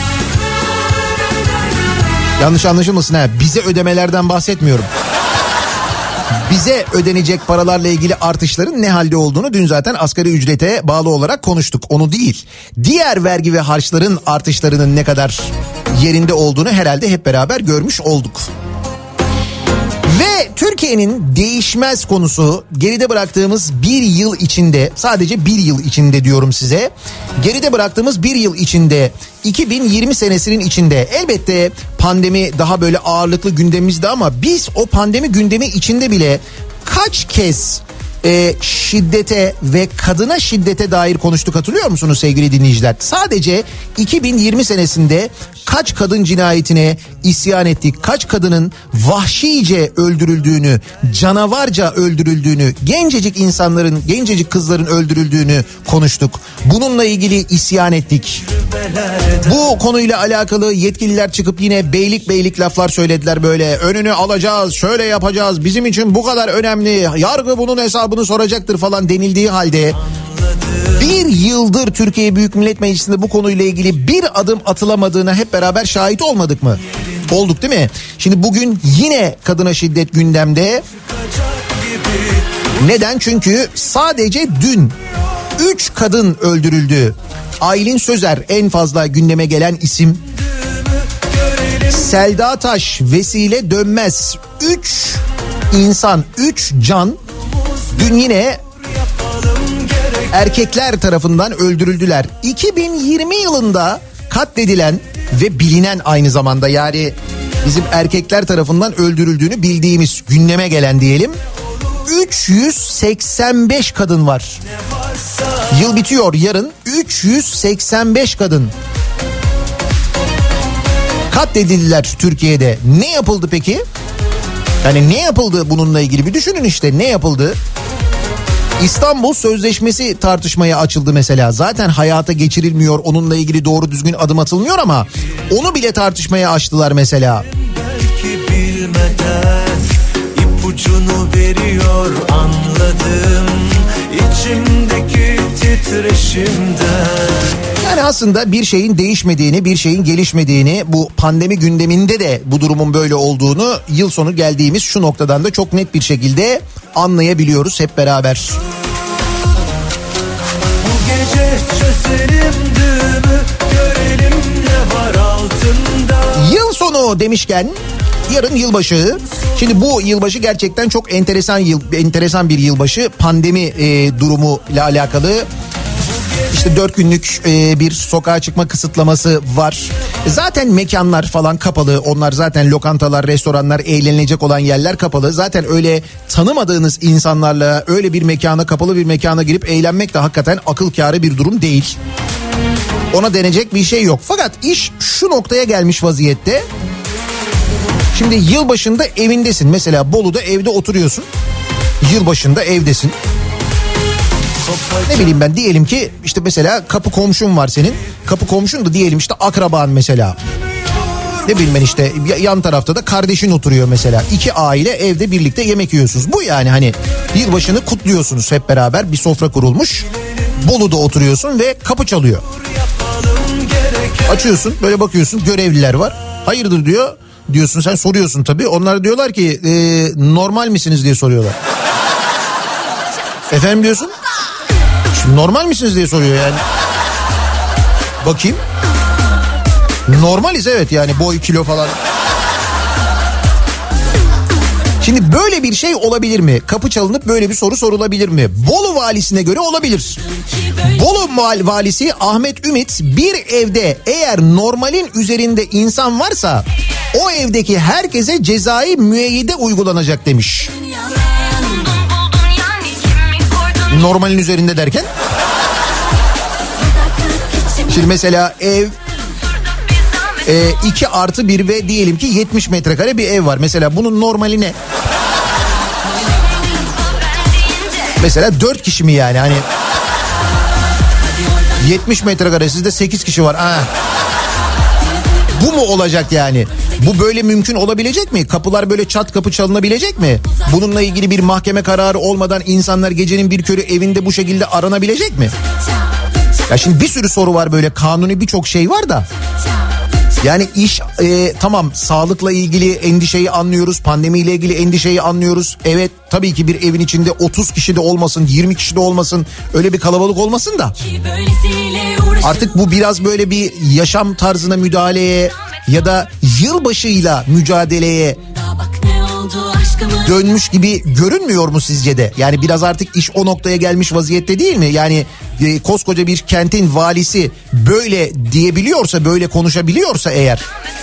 Yanlış anlaşılmasın ha, bize ödemelerden bahsetmiyorum. Bize ödenecek paralarla ilgili artışların ne halde olduğunu dün zaten asgari ücrete bağlı olarak konuştuk. Onu değil, diğer vergi ve harçların artışlarının ne kadar yerinde olduğunu herhalde hep beraber görmüş olduk. Ve Türkiye'nin değişmez konusu geride bıraktığımız bir yıl içinde, sadece bir yıl içinde diyorum size, geride bıraktığımız bir yıl içinde, 2020 senesinin içinde elbette pandemi daha böyle ağırlıklı gündemimizde ama biz o pandemi gündemi içinde bile kaç kez şiddete ve kadına şiddete dair konuştuk, hatırlıyor musunuz sevgili dinleyiciler? Sadece 2020 senesinde kaç kadın cinayetine isyan ettik, kaç kadının vahşice öldürüldüğünü, canavarca öldürüldüğünü, gencecik insanların, gencecik kızların öldürüldüğünü konuştuk. Bununla ilgili isyan ettik. Bu konuyla alakalı yetkililer çıkıp yine beylik laflar söylediler, böyle önünü alacağız, şöyle yapacağız, bizim için bu kadar önemli, yargı bunun hesabını soracaktır falan denildiği halde bir yıldır Türkiye Büyük Millet Meclisi'nde bu konuyla ilgili bir adım atılamadığına hep beraber şahit olmadık mı? Olduk değil mi? Şimdi bugün yine kadına şiddet gündemde. Neden? Çünkü sadece dün 3 kadın öldürüldü. Aylin Sözer en fazla gündeme gelen isim. Selda Taş, Vesile Dönmez, 3 insan, 3 can dün yine erkekler tarafından öldürüldüler. 2020 yılında katledilen ve bilinen, aynı zamanda yani bizim erkekler tarafından öldürüldüğünü bildiğimiz, gündeme gelen diyelim, 385 kadın var. Yıl bitiyor yarın, 385 kadın katledildiler Türkiye'de. Ne yapıldı peki? Yani ne yapıldı bununla ilgili bir düşünün işte, ne yapıldı? İstanbul Sözleşmesi tartışmaya açıldı mesela. Zaten hayata geçirilmiyor, onunla ilgili doğru düzgün adım atılmıyor ama onu bile tartışmaya açtılar mesela. Belki bilmeden ipucunu veriyor, anladım içimdeki titreşimden. Yani aslında bir şeyin değişmediğini, bir şeyin gelişmediğini, bu pandemi gündeminde de bu durumun böyle olduğunu yıl sonu geldiğimiz şu noktadan da çok net bir şekilde anlayabiliyoruz hep beraber. Bu gece çözelim düğümü, görelim ne var altında. Yıl sonu demişken yarın yılbaşı. Şimdi bu yılbaşı gerçekten çok enteresan bir yılbaşı. Pandemi durumuyla alakalı. İşte 4 günlük bir sokağa çıkma kısıtlaması var. Zaten mekanlar falan kapalı. Onlar zaten, lokantalar, restoranlar, eğlenilecek olan yerler kapalı. Zaten öyle tanımadığınız insanlarla öyle bir mekana, kapalı bir mekana girip eğlenmek de hakikaten akıl kârı bir durum değil. Ona denecek bir şey yok. Fakat iş şu noktaya gelmiş vaziyette. Şimdi yılbaşında evindesin. Mesela Bolu'da evde oturuyorsun. Yılbaşında evdesin. Ne bileyim ben, diyelim ki işte mesela kapı komşun var senin. Kapı komşun da diyelim işte akraban mesela. Ne bileyim ben, işte yan tarafta da kardeşin oturuyor mesela. 2 aile evde birlikte yemek yiyorsunuz. Bu yani hani yılbaşını kutluyorsunuz hep beraber, bir sofra kurulmuş. Bolu'da oturuyorsun ve kapı çalıyor. Açıyorsun, böyle bakıyorsun, görevliler var. Hayırdır diyorsun, sen soruyorsun tabii. Onlar diyorlar ki normal misiniz diye soruyorlar. Efendim diyorsun. Şimdi normal misiniz diye soruyor yani. Bakayım. Normaliz evet, yani boy, kilo falan. Şimdi böyle bir şey olabilir mi? Kapı çalınıp böyle bir soru sorulabilir mi? Bolu valisine göre olabilir. Bolu valisi Ahmet Ümit, bir evde eğer normalin üzerinde insan varsa o evdeki herkese cezai müeyyide uygulanacak demiş. Normalin üzerinde derken? Şimdi mesela ev 2+1 ve diyelim ki 70 metrekare bir ev var. Mesela bunun normali ne? Mesela 4 kişi mi yani hani 70 metrekare sizde 8 kişi var. Bu mu olacak yani? Bu böyle mümkün olabilecek mi? Kapılar böyle çat kapı çalınabilecek mi? Bununla ilgili bir mahkeme kararı olmadan insanlar gecenin bir körü evinde bu şekilde aranabilecek mi? Ya şimdi bir sürü soru var, böyle kanuni birçok şey var da. Yani iş tamam, sağlıkla ilgili endişeyi anlıyoruz, pandemiyle ilgili endişeyi anlıyoruz. Evet, tabii ki bir evin içinde 30 kişi de olmasın, 20 kişi de olmasın, öyle bir kalabalık olmasın da. Artık bu biraz böyle bir yaşam tarzına müdahaleye ya da yılbaşıyla mücadeleye dönmüş gibi görünmüyor mu sizce de? Yani biraz artık iş o noktaya gelmiş vaziyette değil mi? Yani koskoca bir kentin valisi böyle diyebiliyorsa, böyle konuşabiliyorsa eğer.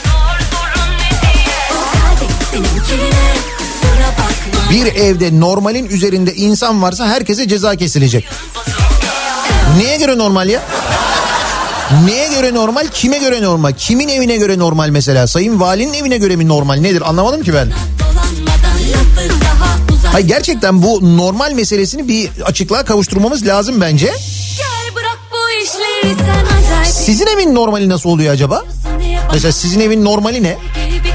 Bir evde normalin üzerinde insan varsa herkese ceza kesilecek. Neye göre normal ya? Neye göre normal? Kime göre normal? Kimin evine göre normal mesela? Sayın Valinin evine göre mi normal? Nedir? Anlamadım ki ben. Hayır, gerçekten bu normal meselesini bir açıklığa kavuşturmamız lazım bence. Sizin evin normali nasıl oluyor acaba? Mesela sizin evin normali ne?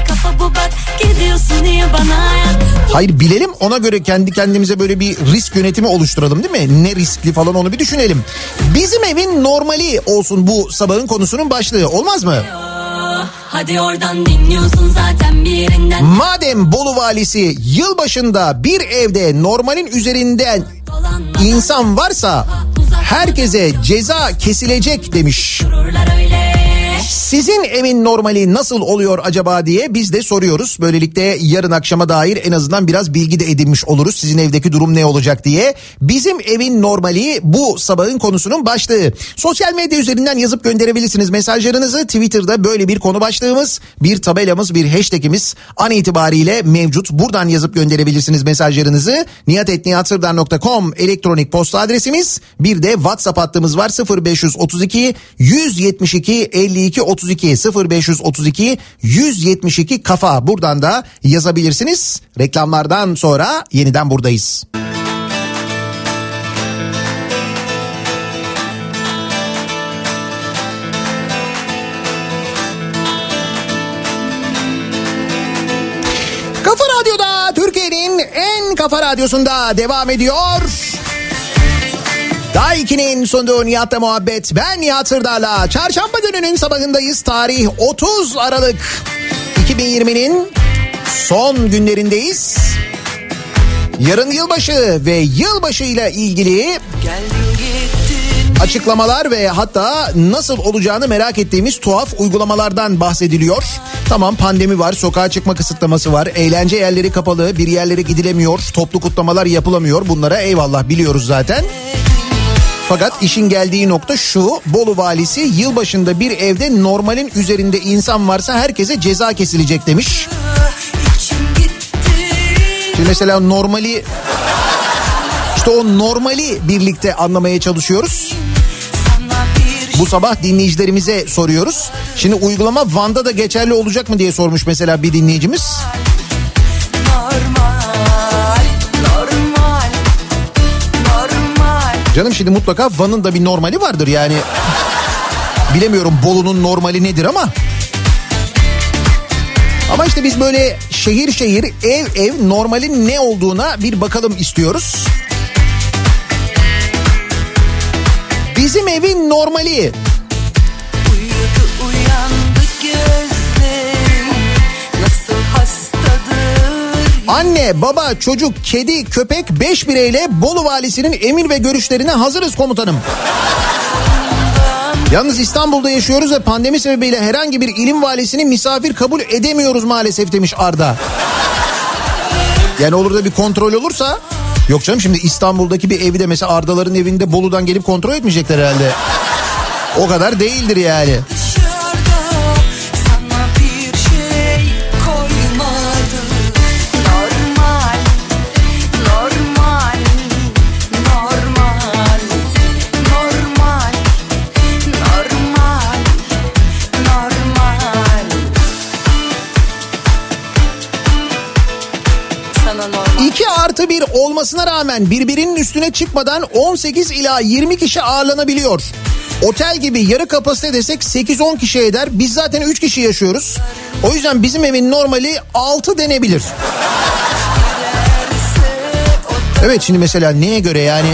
Hayır, bilelim, ona göre kendi kendimize böyle bir risk yönetimi oluşturalım değil mi? Ne riskli falan, onu bir düşünelim. Bizim evin normali olsun bu sabahın konusunun başlığı, olmaz mı? Hadi oradan dinliyorsun zaten bir yerinden. Madem Bolu valisi yılbaşında bir evde normalin üzerinden insan varsa herkese ceza kesilecek demiş. Sizin evin normali nasıl oluyor acaba diye biz de soruyoruz. Böylelikle yarın akşama dair en azından biraz bilgi de edinmiş oluruz. Sizin evdeki durum ne olacak diye. Bizim evin normali bu sabahın konusunun başlığı. Sosyal medya üzerinden yazıp gönderebilirsiniz mesajlarınızı. Twitter'da böyle bir konu başlığımız, bir tabelamız, bir hashtagimiz an itibariyle mevcut. Buradan yazıp gönderebilirsiniz mesajlarınızı. niyatetniyatsırdar.com elektronik posta adresimiz. Bir de WhatsApp hattımız var, 0532 172 52 32 0532 172 kafa. Buradan da yazabilirsiniz. Reklamlardan sonra yeniden buradayız. Kafa Radyo'da, Türkiye'nin en kafa radyosunda devam ediyor. Daha 2'nin sunduğu Nihat'la muhabbet. Ben Nihat Sırdar'la. Çarşamba gününün sabahındayız. Tarih 30 Aralık 2020'nin son günlerindeyiz. Yarın yılbaşı ve yılbaşıyla ilgili açıklamalar ve hatta nasıl olacağını merak ettiğimiz tuhaf uygulamalardan bahsediliyor. Tamam, pandemi var, sokağa çıkma kısıtlaması var, eğlence yerleri kapalı, bir yerlere gidilemiyor, toplu kutlamalar yapılamıyor. Bunlara eyvallah, biliyoruz zaten. Fakat işin geldiği nokta şu: Bolu valisi yılbaşında bir evde normalin üzerinde insan varsa herkese ceza kesilecek demiş. Şimdi mesela normali, işte o normali birlikte anlamaya çalışıyoruz. Bu sabah dinleyicilerimize soruyoruz. Şimdi uygulama Van'da da geçerli olacak mı diye sormuş mesela bir dinleyicimiz. Canım şimdi mutlaka Van'ın da bir normali vardır yani. Bilemiyorum Bolu'nun normali nedir ama. Ama işte biz böyle şehir şehir, ev ev normalin ne olduğuna bir bakalım istiyoruz. Bizim evin normali. Anne, baba, çocuk, kedi, köpek 5 bireyle Bolu valisinin emir ve görüşlerine hazırız komutanım. Yalnız İstanbul'da yaşıyoruz ve pandemi sebebiyle herhangi bir ilim valisini misafir kabul edemiyoruz maalesef demiş Arda. Yani olur da bir kontrol olursa. Yok canım, şimdi İstanbul'daki bir evi de mesela Ardaların evinde Bolu'dan gelip kontrol etmeyecekler herhalde. O kadar değildir yani. 2+1 olmasına rağmen birbirinin üstüne çıkmadan 18 ila 20 kişi ağırlanabiliyor. Otel gibi yarı kapasite desek 8-10 kişi eder. Biz zaten 3 kişi yaşıyoruz. O yüzden bizim evin normali 6 denebilir. Evet, şimdi mesela neye göre yani?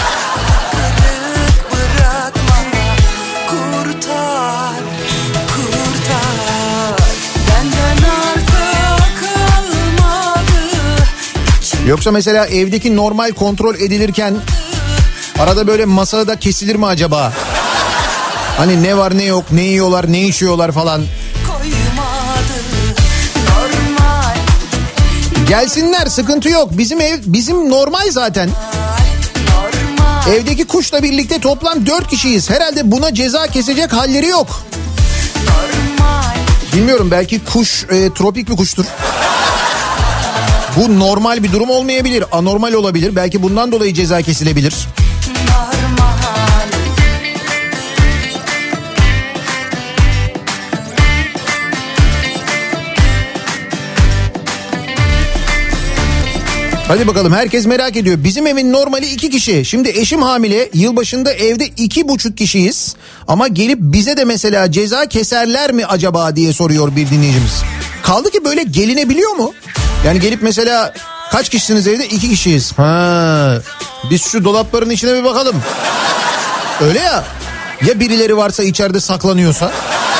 Yoksa mesela evdeki normal kontrol edilirken arada böyle masada kesilir mi acaba? Hani ne var ne yok, ne yiyorlar, ne içiyorlar falan. Gelsinler, sıkıntı yok. Bizim ev bizim normal zaten. Evdeki kuşla birlikte toplam 4 kişiyiz. Herhalde buna ceza kesecek halleri yok. Bilmiyorum, belki kuş tropik bir kuştur. Bu normal bir durum olmayabilir, anormal olabilir. Belki bundan dolayı ceza kesilebilir. Hadi bakalım, herkes merak ediyor. Bizim evin normali 2 kişi. Şimdi eşim hamile, yılbaşında evde 2,5 kişiyiz. Ama gelip bize de mesela ceza keserler mi acaba diye soruyor bir dinleyicimiz. Kaldı ki böyle gelinebiliyor mu? Yani gelip mesela kaç kişisiniz evde? 2 kişiyiz. Ha, biz şu dolapların içine bir bakalım. Öyle ya. Ya birileri varsa içeride saklanıyorsa?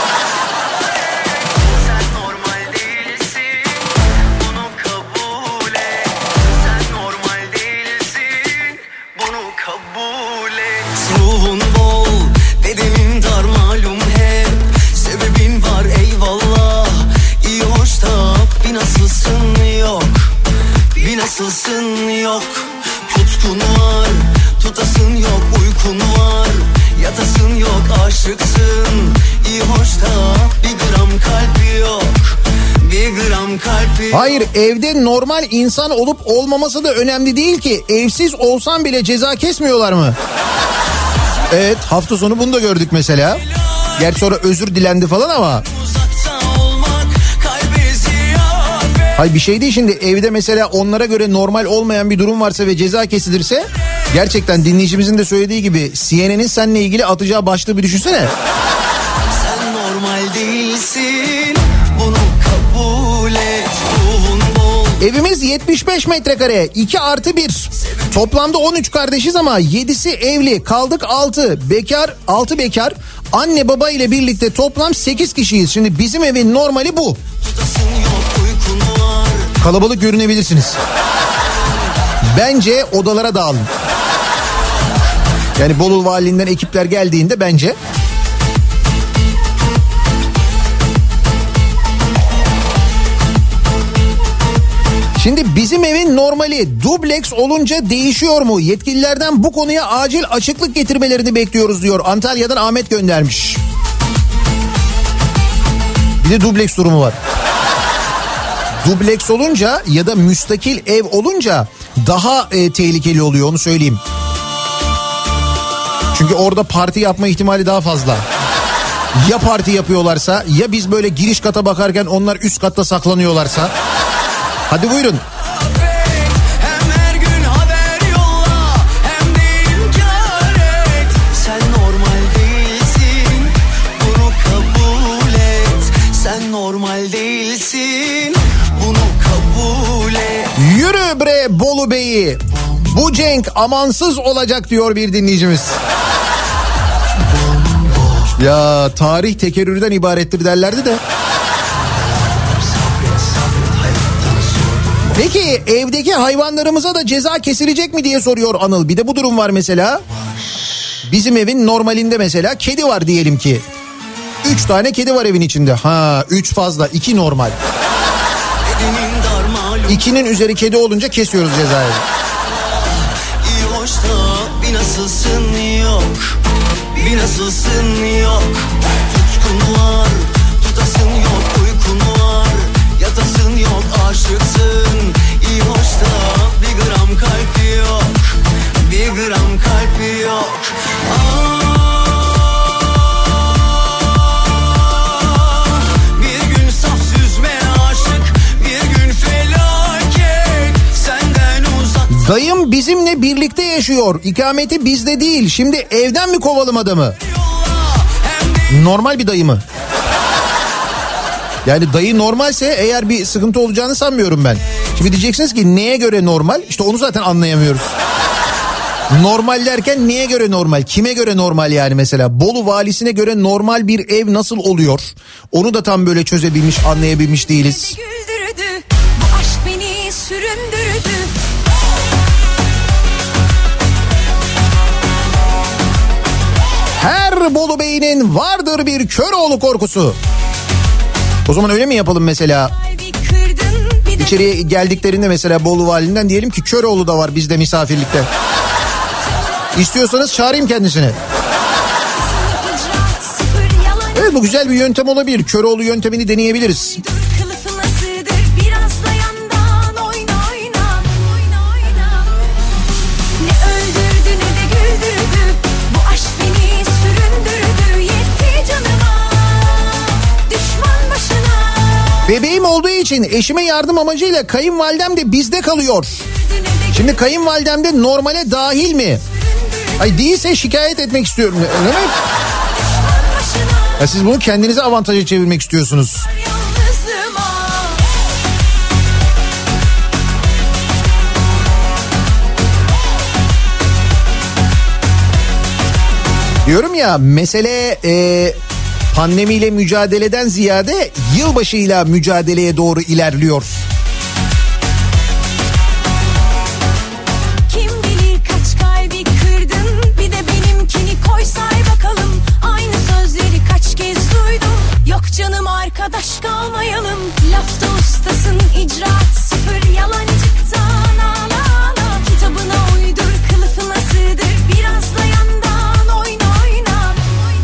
Nasılsın yok, tutkun var, tutasın yok, uykun var, yatasın yok, aşıksın, iyi hoş da bir gram kalp yok, bir gram kalp yok. Hayır, evde normal insan olup olmaması da önemli değil ki. Evsiz olsan bile ceza kesmiyorlar mı? Evet, hafta sonu bunu da gördük mesela. Gerçi sonra özür dilendi falan ama. Hayır, bir şey değil şimdi, evde mesela onlara göre normal olmayan bir durum varsa ve ceza kesilirse, gerçekten dinleyicimizin de söylediği gibi CNN'in seninle ilgili atacağı başlığı bir düşünsene. Sen normal değilsin, bunu kabul et, ruhun bol. Evimiz 75 metrekare, 2+1. Toplamda 13 kardeşiz ama 7'si evli, kaldık 6 bekar. Anne baba ile birlikte toplam 8 kişiyiz. Şimdi bizim evin normali bu. Kalabalık görünebilirsiniz. Bence odalara dağılın. Yani Bolu Valiliğinden ekipler geldiğinde bence. Şimdi bizim evin normali dubleks olunca değişiyor mu? Yetkililerden bu konuya acil açıklık getirmelerini bekliyoruz diyor. Antalya'dan Ahmet göndermiş. Bir de dubleks durumu var. Dubleks olunca ya da müstakil ev olunca daha tehlikeli oluyor, onu söyleyeyim. Çünkü orada parti yapma ihtimali daha fazla. Ya parti yapıyorlarsa, ya biz böyle giriş kata bakarken onlar üst katta saklanıyorlarsa. Hadi buyurun. Yürü bre Bolu Bey'i. Bu Cenk amansız olacak diyor bir dinleyicimiz. Ya tarih tekerrürden ibarettir derlerdi de. Peki evdeki hayvanlarımıza da ceza kesilecek mi diye soruyor Anıl. Bir de bu durum var mesela. Bizim evin normalinde mesela kedi var diyelim ki. 3 tane kedi var evin içinde. Ha, 3 fazla, 2 normal. 2'nin üzeri kedi olunca kesiyoruz cezayı. İyi hoş da bir nasılsın yok, bir nasılsın yok. Tutkun var, tutasın yok, uykun var, yatasın yok, aşıksın. İyi hoş da bir gram kalp yok, bir gram kalp yok. Bir gün saf süzme aşık, bir gün felaket. Dayım bizimle birlikte yaşıyor. İkameti bizde değil. Şimdi evden mi kovalım adamı? Normal bir dayı mı? Yani dayı normalse eğer bir sıkıntı olacağını sanmıyorum ben. Şimdi diyeceksiniz ki neye göre normal? İşte onu zaten anlayamıyoruz. Normal derken neye göre normal? Kime göre normal yani mesela? Bolu valisine göre normal bir ev nasıl oluyor? Onu da tam böyle çözebilmiş, anlayabilmiş değiliz. Güldürdü, bu aşk beni süründürdü. Her Bolu Bey'in vardır bir Köroğlu korkusu. O zaman öyle mi yapalım mesela? İçeriye geldiklerinde mesela Bolu Valiliğinden diyelim ki Köroğlu da var bizde misafirlikte. İstiyorsanız çağırayım kendisini. Evet, bu güzel bir yöntem olabilir. Köroğlu yöntemini deneyebiliriz. Bebeğim olduğu için eşime yardım amacıyla kayınvalidem de bizde kalıyor. Şimdi kayınvalidem de normale dahil mi? Ay değilse şikayet etmek istiyorum. Ne demek? Ya siz bunu kendinize avantaja çevirmek istiyorsunuz. Diyorum ya, mesele pandemiyle mücadeleden ziyade yılbaşıyla mücadeleye doğru ilerliyor. Kim bilir kaç kalbi kırdın, bir de benimkini koy say bakalım. Aynı sözleri kaç kez duydum. Yok canım arkadaş kalmayalım. Lafta ustasın, icraat sıfır, yalancıktan ağla ağla. Kitabına uydur, kılıfına sığdır, biraz da yandan oyna oyna.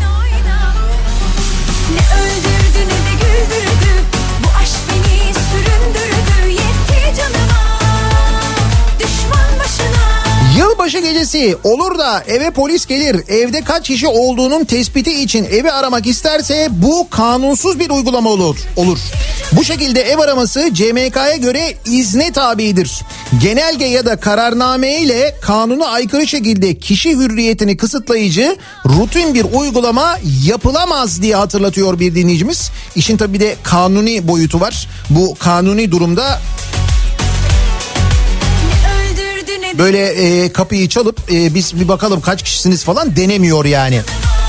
Ne öldürdü ne de güldürdü, bu aşk beni süründürdü. Yetti canıma, düşman başına. Yılbaşı gecesi olur da eve polis gelir, evde kaç kişi olduğunun tespiti için evi aramak isterse bu kanunsuz bir uygulama olur. Bu şekilde ev araması CMK'ya göre izne tabidir. Genelge ya da kararname ile kanuna aykırı şekilde kişi hürriyetini kısıtlayıcı rutin bir uygulama yapılamaz diye hatırlatıyor bir dinleyicimiz. İşin tabii bir de kanuni boyutu var. Bu kanuni durumda böyle kapıyı çalıp biz bir bakalım kaç kişisiniz falan denemiyor yani.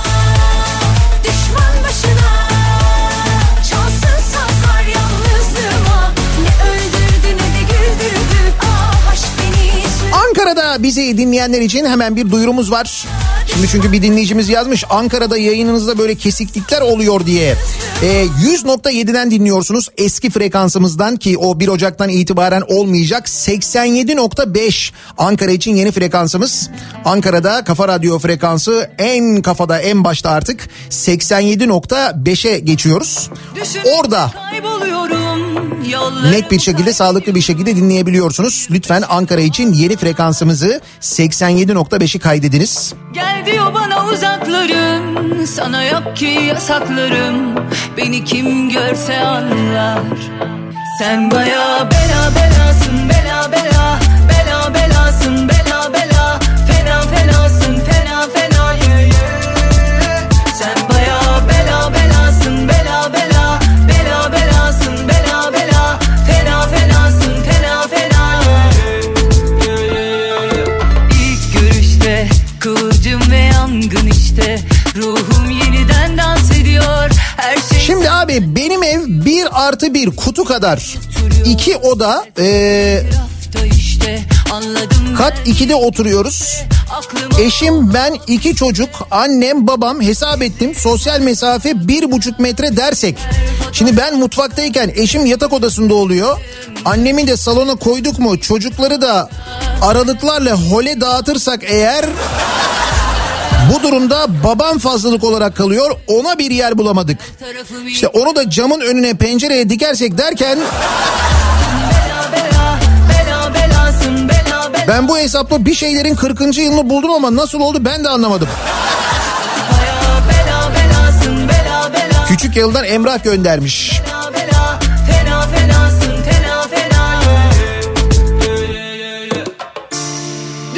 Ankara'da bizi dinleyenler için hemen bir duyurumuz var. Şimdi çünkü bir dinleyicimiz yazmış, Ankara'da yayınınızda böyle kesiklikler oluyor diye. 100.7'den dinliyorsunuz eski frekansımızdan, ki o 1 Ocak'tan itibaren olmayacak. 87.5 Ankara için yeni frekansımız. Ankara'da Kafa Radyo frekansı en kafada, en başta artık 87.5'e geçiyoruz. Orada net bir şekilde, sağlıklı bir şekilde dinleyebiliyorsunuz. Lütfen Ankara için yeni frekansımızı 87.5'i kaydediniz. Gel diyor bana uzaklarım, sana yok ki yasaklarım. Beni kim görse anlar. Sen baya bela belasın, bela bela, bela belasın, bela bela, fena fenasın, fena fena yeah, yeah. Sen baya bela belasın, bela bela, bela belasın, bela bela, fena fenasın, fena fena yeah, yeah. İlk görüşte kıvılcım ve yangın işte, ruhum yeniden dans ediyor. Her şey. Şimdi abi benim ev 1+1 kutu kadar, 2 oda, kat 2'de oturuyoruz. Eşim, ben, 2 çocuk, annem, babam, hesap ettim. Sosyal mesafe 1,5 metre dersek. Şimdi ben mutfaktayken eşim yatak odasında oluyor. Annemi de salona koyduk mu, çocukları da aralıklarla hole dağıtırsak eğer, bu durumda babam fazlalık olarak kalıyor. Ona bir yer bulamadık. İşte onu da camın önüne, pencereye dikersek derken ben bu hesapla bir şeylerin 40. yılını buldum ama nasıl oldu ben de anlamadım. Küçük Yalı'dan Emrah göndermiş.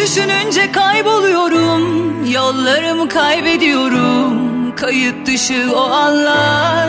düşününce kayboluyorum, yollarımı kaybediyorum, kayıt dışı o anlar.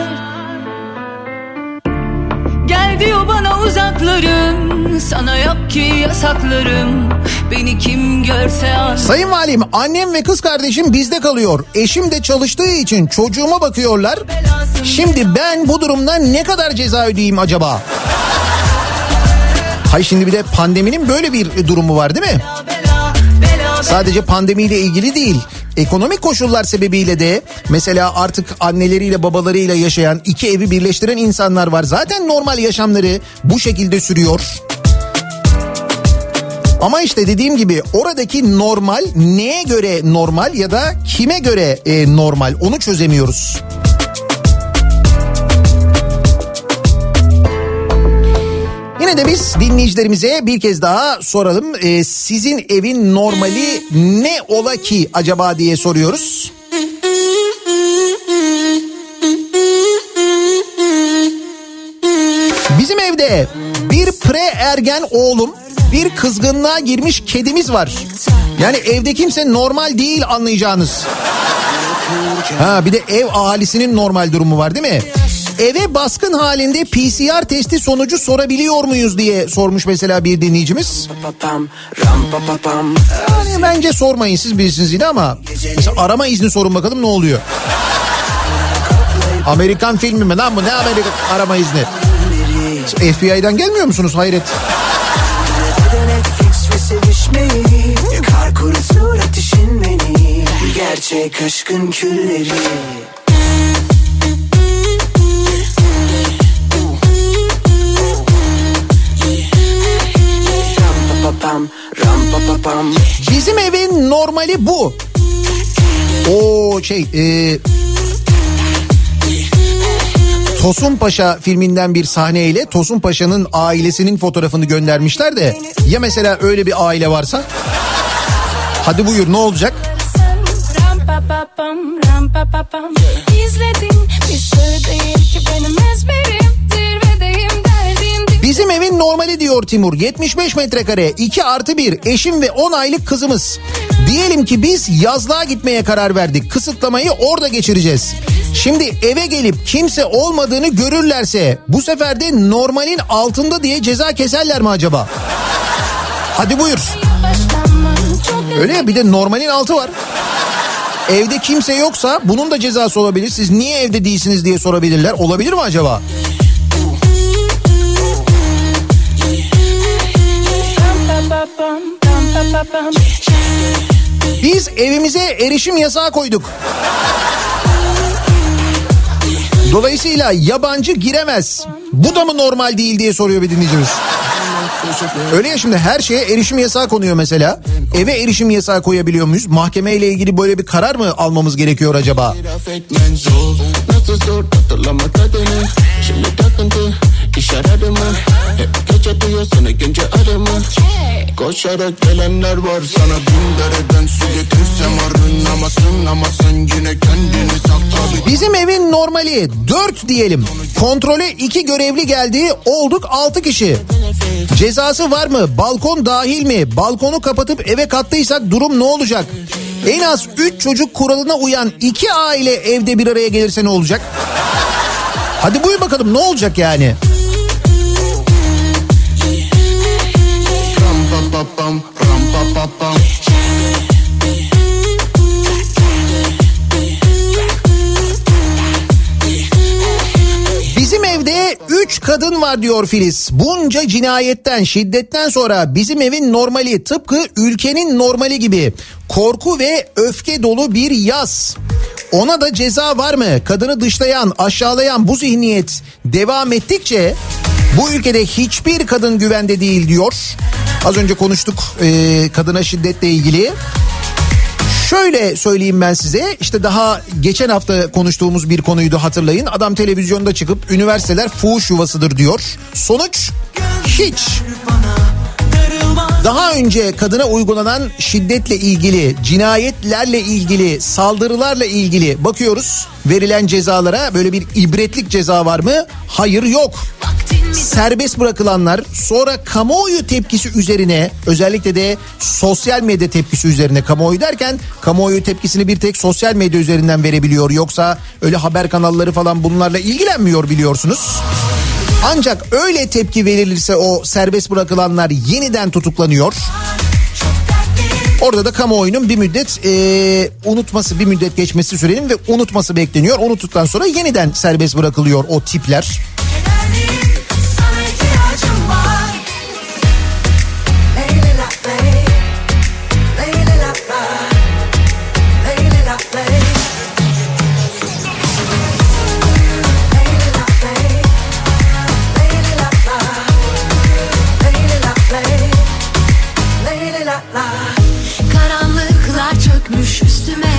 Gel diyor bana uzaklarım, sana yok ki yasaklarım, beni kim görse anlar. Sayın Valim, annem ve kız kardeşim bizde kalıyor. Eşim de çalıştığı için çocuğuma bakıyorlar. Şimdi ben bu durumdan ne kadar ceza ödeyeyim acaba? Hayır, şimdi bir de pandeminin böyle bir durumu var değil mi? Sadece pandemiyle ilgili değil. Ekonomik koşullar sebebiyle de mesela artık anneleriyle babalarıyla yaşayan, iki evi birleştiren insanlar var. Zaten normal yaşamları bu şekilde sürüyor. Ama işte dediğim gibi oradaki normal neye göre normal ya da kime göre normal, onu çözemiyoruz. Yine de biz dinleyicilerimize bir kez daha soralım. Sizin evin normali ne ola ki acaba diye soruyoruz. Bizim evde bir pre-ergen oğlum, bir kızgınlığa girmiş kedimiz var. Yani evde kimse normal değil, anlayacağınız. Ha, bir de ev ahalisinin normal durumu var değil mi? Eve baskın halinde PCR testi sonucu sorabiliyor muyuz diye sormuş mesela bir dinleyicimiz. Yani bence sormayın, siz bilirsiniz yine, ama mesela arama izni sorun bakalım ne oluyor. Amerikan filmi mi lan bu, ne Amerikan arama izni? FBI'den gelmiyor musunuz, hayret? Yakar kurutur ateşin beni, gerçek aşkın külleri. Bizim evin normali bu. Tosun Paşa filminden bir sahneyle Tosun Paşa'nın ailesinin fotoğrafını göndermişler de, ya mesela öyle bir aile varsa? Hadi buyur, ne olacak? Bizim evin normali diyor Timur, 75 metrekare, 2+1, eşim ve 10 aylık kızımız. Diyelim ki biz yazlığa gitmeye karar verdik. Kısıtlamayı orada geçireceğiz. Şimdi eve gelip kimse olmadığını görürlerse bu sefer de normalin altında diye ceza keserler mi acaba? Hadi buyur. Öyle ya, bir de normalin altı var. Evde kimse yoksa bunun da cezası olabilir. Siz niye evde değilsiniz diye sorabilirler. Olabilir mi acaba? Biz evimize erişim yasağı koyduk. Dolayısıyla yabancı giremez. Bu da mı normal değil diye soruyor bir dinleyicimiz. Öyle ya, şimdi her şeye erişim yasağı konuyor mesela. Eve erişim yasağı koyabiliyor muyuz? Mahkemeyle ilgili böyle bir karar mı almamız gerekiyor acaba? Koşarak gelenler var, sana bin dereden su getirsem arınamazsın ama sen yine kendini sakla. Bizim evin normali 4 diyelim. Kontrole 2 görevli geldi, olduk 6 kişi. Cezası var mı? Balkon dahil mi? Balkonu kapatıp eve kattıysak durum ne olacak? En az 3 çocuk kuralına uyan 2 aile evde bir araya gelirse ne olacak? Hadi buyur bakalım, ne olacak yani? Bizim evde 3 kadın var diyor Filiz. Bunca cinayetten, şiddetten sonra bizim evin normali tıpkı ülkenin normali gibi. Korku ve öfke dolu bir yaz. Ona da ceza var mı? Kadını dışlayan, aşağılayan bu zihniyet devam ettikçe bu ülkede hiçbir kadın güvende değil diyor. Az önce konuştuk kadına şiddetle ilgili. Şöyle söyleyeyim ben size, işte daha geçen hafta konuştuğumuz bir konuydu, hatırlayın. Adam televizyonda çıkıp üniversiteler fuhuş yuvasıdır diyor. Sonuç hiç. Daha önce kadına uygulanan şiddetle ilgili, cinayetlerle ilgili, saldırılarla ilgili bakıyoruz. Verilen cezalara böyle bir ibretlik ceza var mı? Hayır, yok. serbest bırakılanlar, sonra kamuoyu tepkisi üzerine, özellikle de sosyal medya tepkisi üzerine, kamuoyu derken kamuoyu tepkisini bir tek sosyal medya üzerinden verebiliyor. Yoksa öyle haber kanalları falan bunlarla ilgilenmiyor biliyorsunuz. Ancak öyle tepki verilirse o serbest bırakılanlar yeniden tutuklanıyor. Orada da kamuoyunun bir müddet unutması, bir müddet geçmesi sürenin ve unutması bekleniyor. Unuttuktan sonra yeniden serbest bırakılıyor o tipler. Karanlıklar çökmüş üstüme.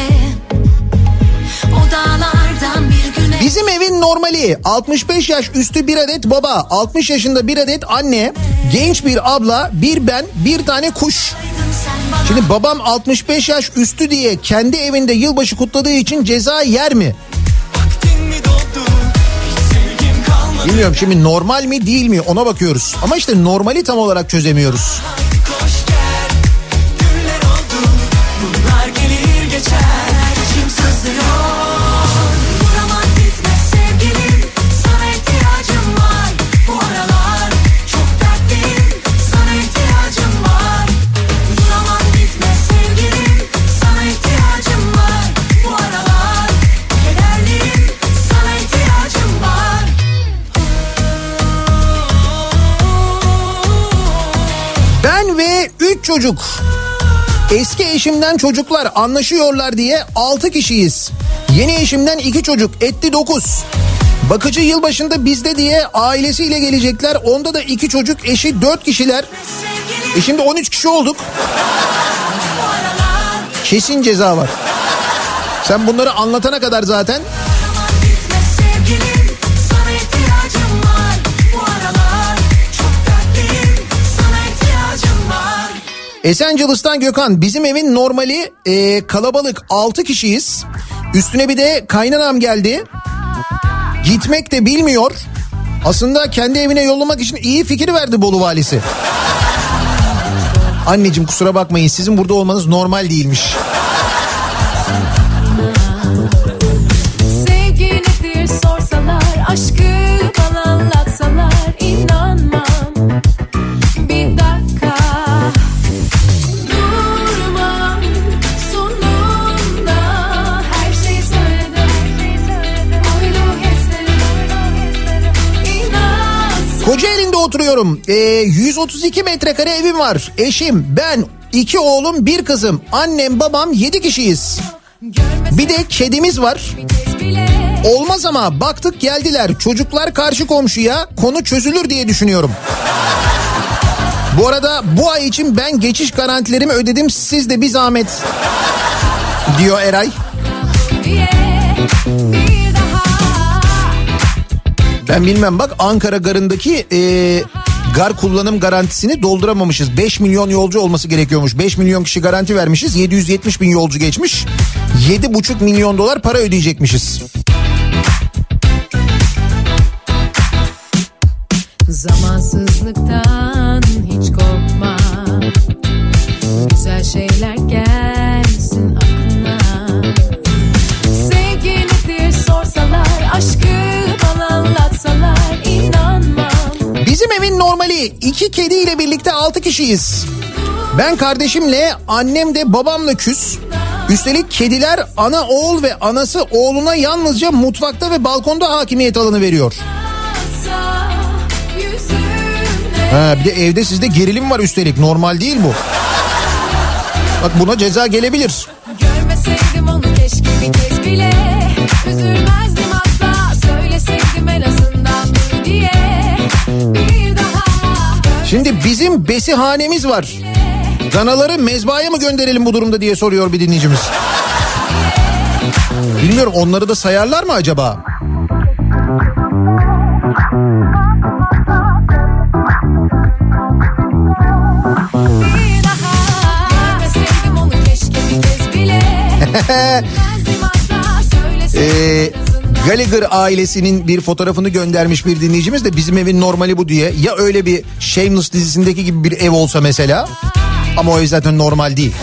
O dağlardan bir güne. Bizim evin normali 65 yaş üstü bir adet baba, 60 yaşında bir adet anne, genç bir abla, bir ben, bir tane kuş. Şimdi babam 65 yaş üstü diye kendi evinde yılbaşı kutladığı için ceza yer mi? Bilmiyorum, şimdi normal mi değil mi ona bakıyoruz. Ama işte normali tam olarak çözemiyoruz. Çocuk. Eski eşimden çocuklar anlaşıyorlar diye 6 kişiyiz. Yeni eşimden 2 çocuk, etti 9. Bakıcı yılbaşında bizde diye ailesiyle gelecekler. Onda da 2 çocuk, eşi 4 kişiler. Şimdi 13 kişi olduk. Kesin ceza var. Sen bunları anlatana kadar zaten. Esencilis'ten Gökhan, bizim evin normali kalabalık 6 kişiyiz. Üstüne bir de kaynanam geldi. Gitmek de bilmiyor. Aslında kendi evine yollamak için iyi fikir verdi Bolu valisi. Anneciğim kusura bakmayın, sizin burada olmanız normal değilmiş. Sevgilidir sorsalar, aşkı bana anlatsalar inanmam. Bir dakika durmam, sonunda her şeyi söyledim. Oydu hislerim, inansın. Kocaeli'nde oturuyorum. 132 metrekare evim var. Eşim, ben, 2 oğlum, 1 kızım. Annem, babam, 7 kişiyiz. Bir de kedimiz var. Olmaz ama baktık geldiler. Çocuklar karşı komşuya, konu çözülür diye düşünüyorum. Bu arada bu ay için ben geçiş garantilerimi ödedim. Siz de bir zahmet diyor Eray. Ben bilmem bak, Ankara garındaki gar kullanım garantisini dolduramamışız. 5 milyon yolcu olması gerekiyormuş. 5 milyon kişi garanti vermişiz. 770 bin yolcu geçmiş. 7,5 milyon dolar para ödeyecekmişiz. Zamansızlıktan hiç korkma. Güzel şeyler gelsin aklına. Sevgilidir sorsalar, aşkı bana anlatsalar inanmam. Bizim evin normali 2 kediyle birlikte 6 kişiyiz. Ben kardeşimle, annem de babamla küs. Üstelik kediler ana oğul ve anası oğluna yalnızca mutfakta ve balkonda hakimiyet alanı veriyor. Ha, bir de evde sizde gerilim var üstelik, normal değil bu. Bak buna ceza gelebilir. Görmeseydim onu keşke bir kez bile. Üzülmezdim asla, söyleseydim en azından dur diye. Bir daha. Şimdi bizim besihanemiz var. Danaları mezbahaya mı gönderelim bu durumda diye soruyor bir dinleyicimiz. Bilmiyorum, onları da sayarlar mı acaba? Gallagher ailesinin bir fotoğrafını göndermiş bir dinleyicimiz de bizim evin normali bu diye. Ya öyle bir Shameless dizisindeki gibi bir ev olsa mesela, ama o ev zaten normal değil.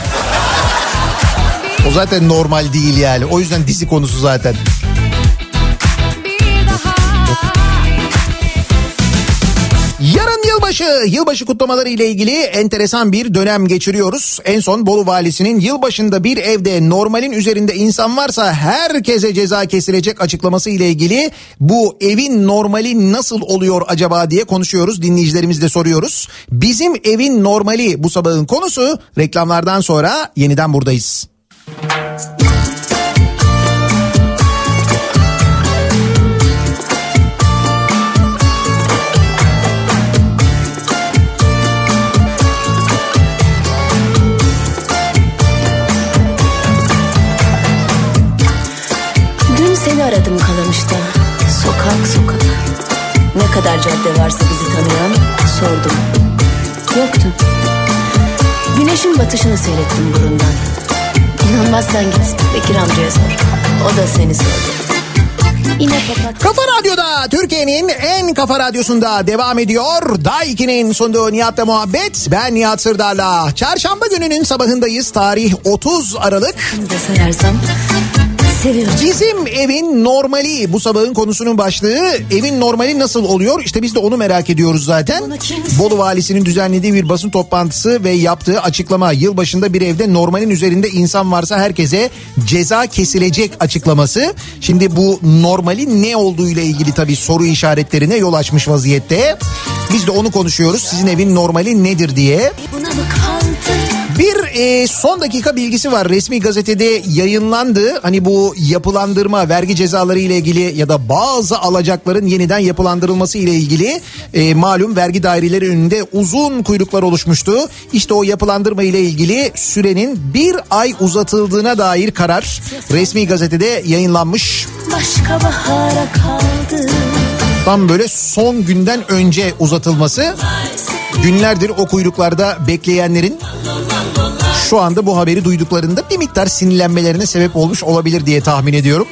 O zaten normal değil yani. O yüzden dizi konusu zaten. Yarın yılbaşı kutlamaları ile ilgili enteresan bir dönem geçiriyoruz. En son Bolu Valisi'nin yılbaşında bir evde normalin üzerinde insan varsa herkese ceza kesilecek açıklaması ile ilgili bu evin normali nasıl oluyor acaba diye konuşuyoruz. Dinleyicilerimizle soruyoruz. Bizim evin normali bu sabahın konusu. Reklamlardan sonra yeniden buradayız. Seni aradım Kalamış'ta, sokak sokak. Ne kadar cadde varsa bizi tanıyan sordum. Yoktun. Güneşin batışını seyrettim burundan. İnanmazsan git Bekir amcaya sor. O da seni sordu. Kafa Radyo'da, Türkiye'nin en kafa radyosunda devam ediyor. Daiki'nin sunduğu Nihat'la muhabbet. Ben Nihat Sırdar'la. Çarşamba gününün sabahındayız. Tarih 30 Aralık. Sayarsam bizim evin normali bu sabahın konusunun başlığı. Evin normali nasıl oluyor? İşte biz de onu merak ediyoruz zaten. Bolu Valisi'nin düzenlediği bir basın toplantısı ve yaptığı açıklama, yılbaşında bir evde normalin üzerinde insan varsa herkese ceza kesilecek açıklaması. Şimdi bu normalin ne olduğu ile ilgili tabii soru işaretlerine yol açmış vaziyette. Biz de onu konuşuyoruz. Sizin evin normali nedir diye. Bir son dakika bilgisi var, resmi gazetede yayınlandı. Hani bu yapılandırma, vergi cezaları ile ilgili ya da bazı alacakların yeniden yapılandırılması ile ilgili malum vergi daireleri önünde uzun kuyruklar oluşmuştu. İşte o yapılandırma ile ilgili sürenin bir ay uzatıldığına dair karar resmi gazetede yayınlanmış. Başka bahara kaldı. Tam böyle son günden önce uzatılması. Günlerdir o kuyruklarda bekleyenlerin şu anda bu haberi duyduklarında bir miktar sinirlenmelerine sebep olmuş olabilir diye tahmin ediyorum.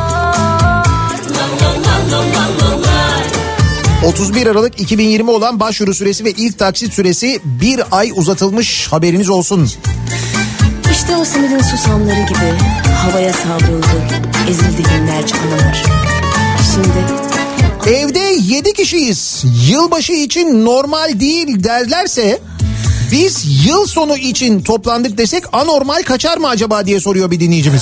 31 Aralık 2020 olan başvuru süresi ve ilk taksit süresi bir ay uzatılmış, haberiniz olsun. İşte o simidin susamları gibi havaya savruldu, ezildi binlerce anılar. Şimdi... Evde 7 kişiyiz. Yılbaşı için normal değil derlerse biz yıl sonu için toplandık desek anormal kaçar mı acaba diye soruyor bir dinleyicimiz.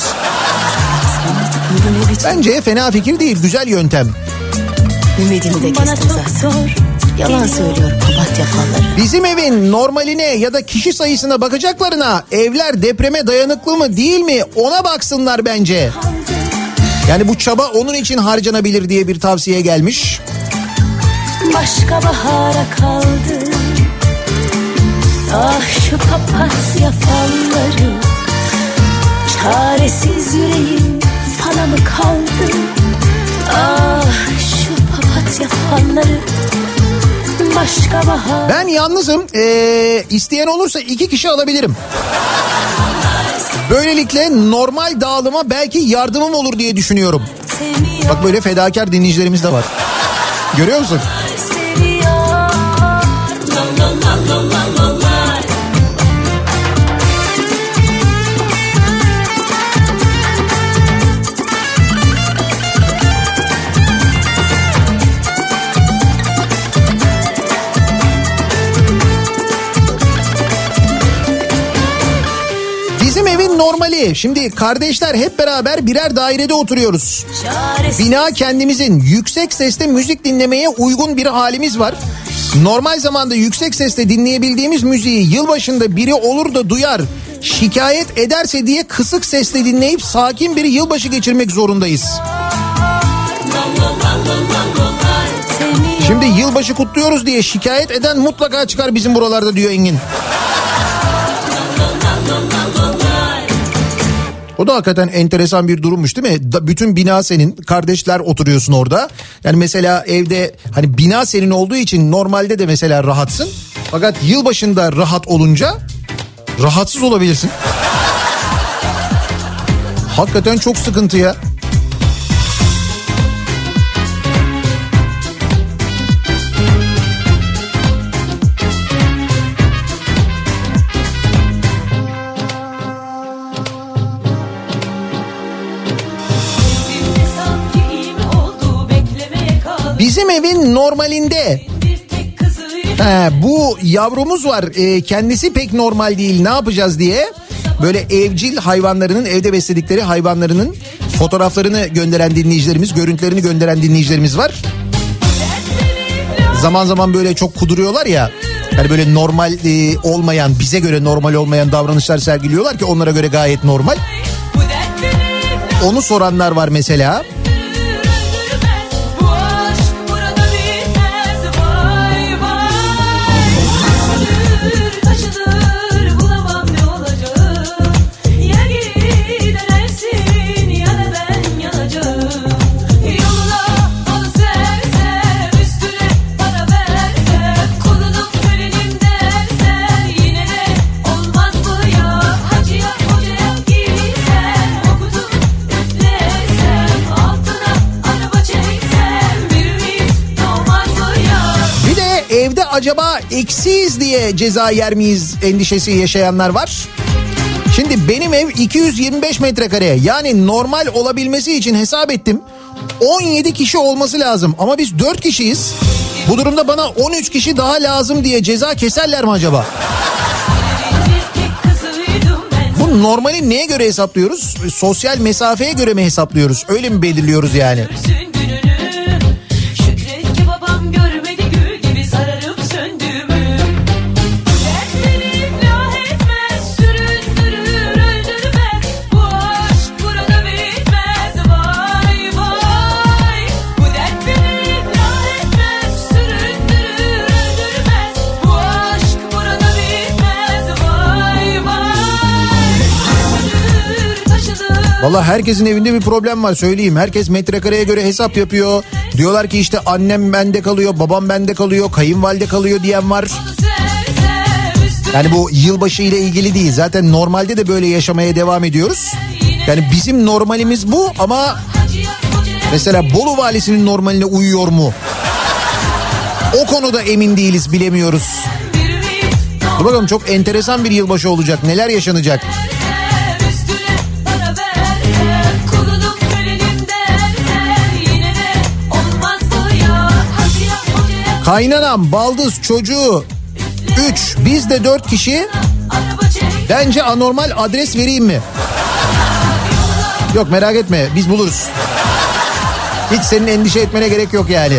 Bence fena fikir değil, güzel yöntem. Ümidini de kestim zaten. Yalan söylüyor papatya falları. Bizim evin normaline ya da kişi sayısına bakacaklarına evler depreme dayanıklı mı değil mi ona baksınlar bence. Yani bu çaba onun için harcanabilir diye bir tavsiye gelmiş. Başka bahara kaldı. Ah şu papatya falları. Çaresiz yüreğim fana mı kaldı? Ah şu papatya falları. Başka bahar. Ben yalnızım. İsteyen olursa 2 kişi alabilirim. Böylelikle normal dağılıma belki yardımım olur diye düşünüyorum. Bak böyle fedakar dinleyicilerimiz de var. Görüyor musun? Normali. Şimdi kardeşler hep beraber birer dairede oturuyoruz. Bina kendimizin, yüksek sesle müzik dinlemeye uygun bir halimiz var. Normal zamanda yüksek sesle dinleyebildiğimiz müziği yılbaşında biri olur da duyar, şikayet ederse diye kısık sesle dinleyip sakin bir yılbaşı geçirmek zorundayız. Şimdi yılbaşı kutluyoruz diye şikayet eden mutlaka çıkar bizim buralarda diyor Engin. O da hakikaten enteresan bir durummuş değil mi? Bütün bina senin, kardeşler oturuyorsun orada. Yani mesela evde hani bina senin olduğu için normalde de mesela rahatsın. Fakat yılbaşında rahat olunca rahatsız olabilirsin. Hakikaten çok sıkıntı ya. evin normalinde bu yavrumuz var, kendisi pek normal değil, ne yapacağız diye böyle evcil hayvanlarının, evde besledikleri hayvanlarının fotoğraflarını gönderen dinleyicilerimiz, görüntülerini gönderen dinleyicilerimiz var. Zaman zaman böyle çok kuduruyorlar ya. Yani böyle normal olmayan, bize göre normal olmayan davranışlar sergiliyorlar ki onlara göre gayet normal. Onu soranlar var mesela. Acaba eksiyiz diye ceza yer miyiz endişesi yaşayanlar var. Şimdi benim ev 225 metrekare, yani normal olabilmesi için hesap ettim 17 kişi olması lazım ama biz 4 kişiyiz. Bu durumda bana 13 kişi daha lazım diye ceza keserler mi acaba? Bu normali neye göre hesaplıyoruz? Sosyal mesafeye göre mi hesaplıyoruz? Öyle mi belirliyoruz yani? Valla herkesin evinde bir problem var, söyleyeyim. Herkes metrekareye göre hesap yapıyor. Diyorlar ki işte annem bende kalıyor, babam bende kalıyor, kayınvalide kalıyor diyen var. Yani bu yılbaşı ile ilgili değil. Zaten normalde de böyle yaşamaya devam ediyoruz. Yani bizim normalimiz bu ama mesela Bolu valisinin normaline uyuyor mu? O konuda emin değiliz, bilemiyoruz. Dur bakalım, çok enteresan bir yılbaşı olacak. Neler yaşanacak? Kaynanam, baldız, çocuğu 3, biz de 4 kişi. Bence anormal, adres vereyim mi? Yok, merak etme, biz buluruz. Hiç senin endişe etmene gerek yok yani.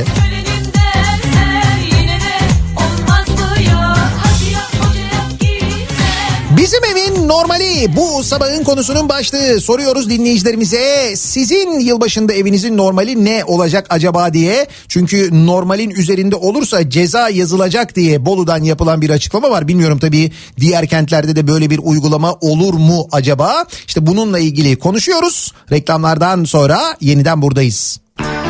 Bizim evin normali bu sabahın konusunun başlığı. Soruyoruz dinleyicilerimize, sizin yılbaşında evinizin normali ne olacak acaba diye. Çünkü normalin üzerinde olursa ceza yazılacak diye Bolu'dan yapılan bir açıklama var. Bilmiyorum tabii diğer kentlerde de böyle bir uygulama olur mu acaba? İşte bununla ilgili konuşuyoruz. Reklamlardan sonra yeniden buradayız.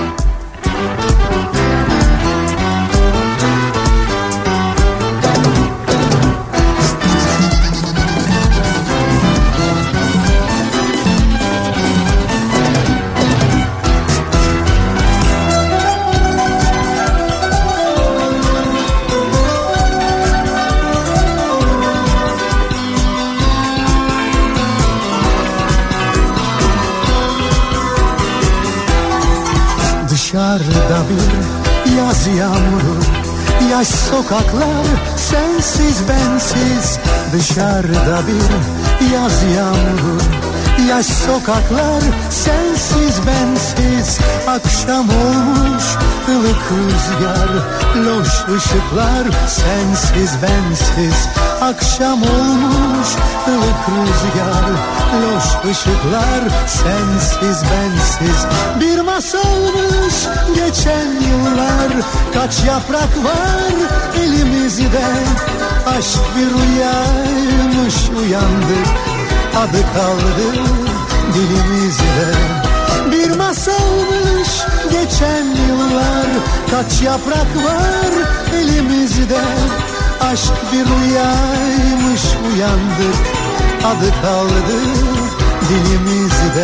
Dışarıda bir yaz yağmuru, yaş sokaklar sensiz bensiz. Dışarıda bir yaz yağmuru, yaş sokaklar sensiz bensiz. Akşam olmuş ılık rüzgar, loş ışıklar sensiz bensiz. Akşam olmuş ılık rüzgar, loş ışıklar sensiz bensiz. Bir masalmış geçen yıllar, kaç yaprak var elimizde. Aşk bir rüyaymış, uyandık, adı kaldı dilimizde. Bir masalmış geçen yıllar, kaç yaprak var elimizde. Aşk bir rüyaymış, uyandık, adı kaldı dilimizde.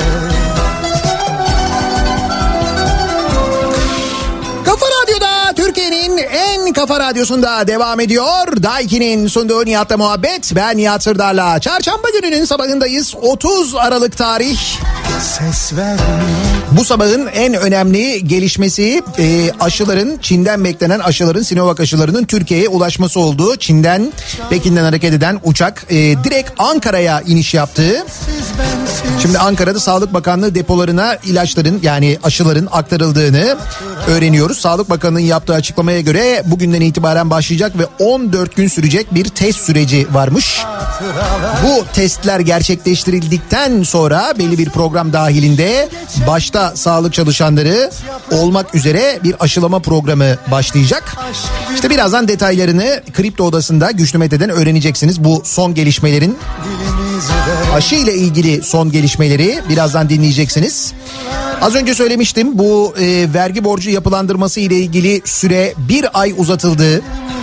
Kafa Radyo'da, Türkiye'nin en kafa radyosunda devam ediyor. Daiki'nin sunduğu Nihat'la muhabbet. Ben Nihat Sırdar'la. Çarşamba gününün sabahındayız. 30 Aralık tarih. Ses vermiyor. Bu sabahın en önemli gelişmesi aşıların, Çin'den beklenen aşıların, Sinovac aşılarının Türkiye'ye ulaşması oldu. Çin'den, Pekin'den hareket eden uçak direkt Ankara'ya iniş yaptı. Şimdi Ankara'da Sağlık Bakanlığı depolarına ilaçların, yani aşıların aktarıldığını öğreniyoruz. Sağlık Bakanlığı'nın yaptığı açıklamaya göre bugünden itibaren başlayacak ve 14 gün sürecek bir test süreci varmış. Bu testler gerçekleştirildikten sonra belli bir program dahilinde başta sağlık çalışanları olmak üzere bir aşılama programı başlayacak. İşte birazdan detaylarını Kripto Odası'nda Güçlü Mete'den öğreneceksiniz. Bu son gelişmelerin, aşı ile ilgili son gelişmeleri birazdan dinleyeceksiniz. Az önce söylemiştim, bu vergi borcu yapılandırması ile ilgili süre bir ay uzatıldı.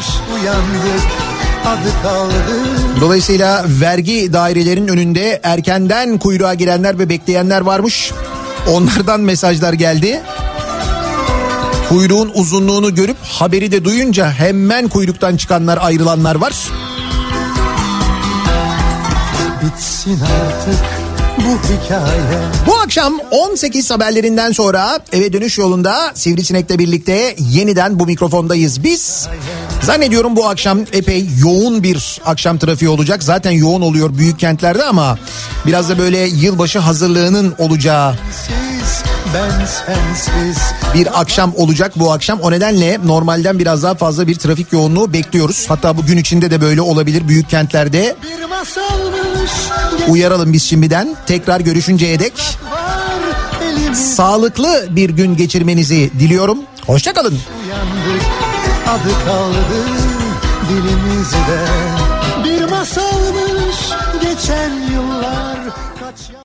Dolayısıyla vergi dairelerinin önünde erkenden kuyruğa girenler ve bekleyenler varmış. Onlardan mesajlar geldi. Kuyruğun uzunluğunu görüp haberi de duyunca hemen kuyruktan çıkanlar, ayrılanlar var. Bitsin artık bu hikaye. Bu akşam 18 haberlerinden sonra eve dönüş yolunda Sivrisinek'le birlikte yeniden bu mikrofondayız biz. Zannediyorum bu akşam epey yoğun bir akşam trafiği olacak. Zaten yoğun oluyor büyük kentlerde ama biraz da böyle yılbaşı hazırlığının olacağı bir akşam olacak bu akşam. O nedenle normalden biraz daha fazla bir trafik yoğunluğu bekliyoruz. Hatta bu gün içinde de böyle olabilir büyük kentlerde. Uyaralım biz şimdiden. Tekrar görüşünceye dek sağlıklı bir gün geçirmenizi diliyorum. Hoşça kalın. Uyandık, adı kaldı dilimizde. Bir masalmış geçen yıllar.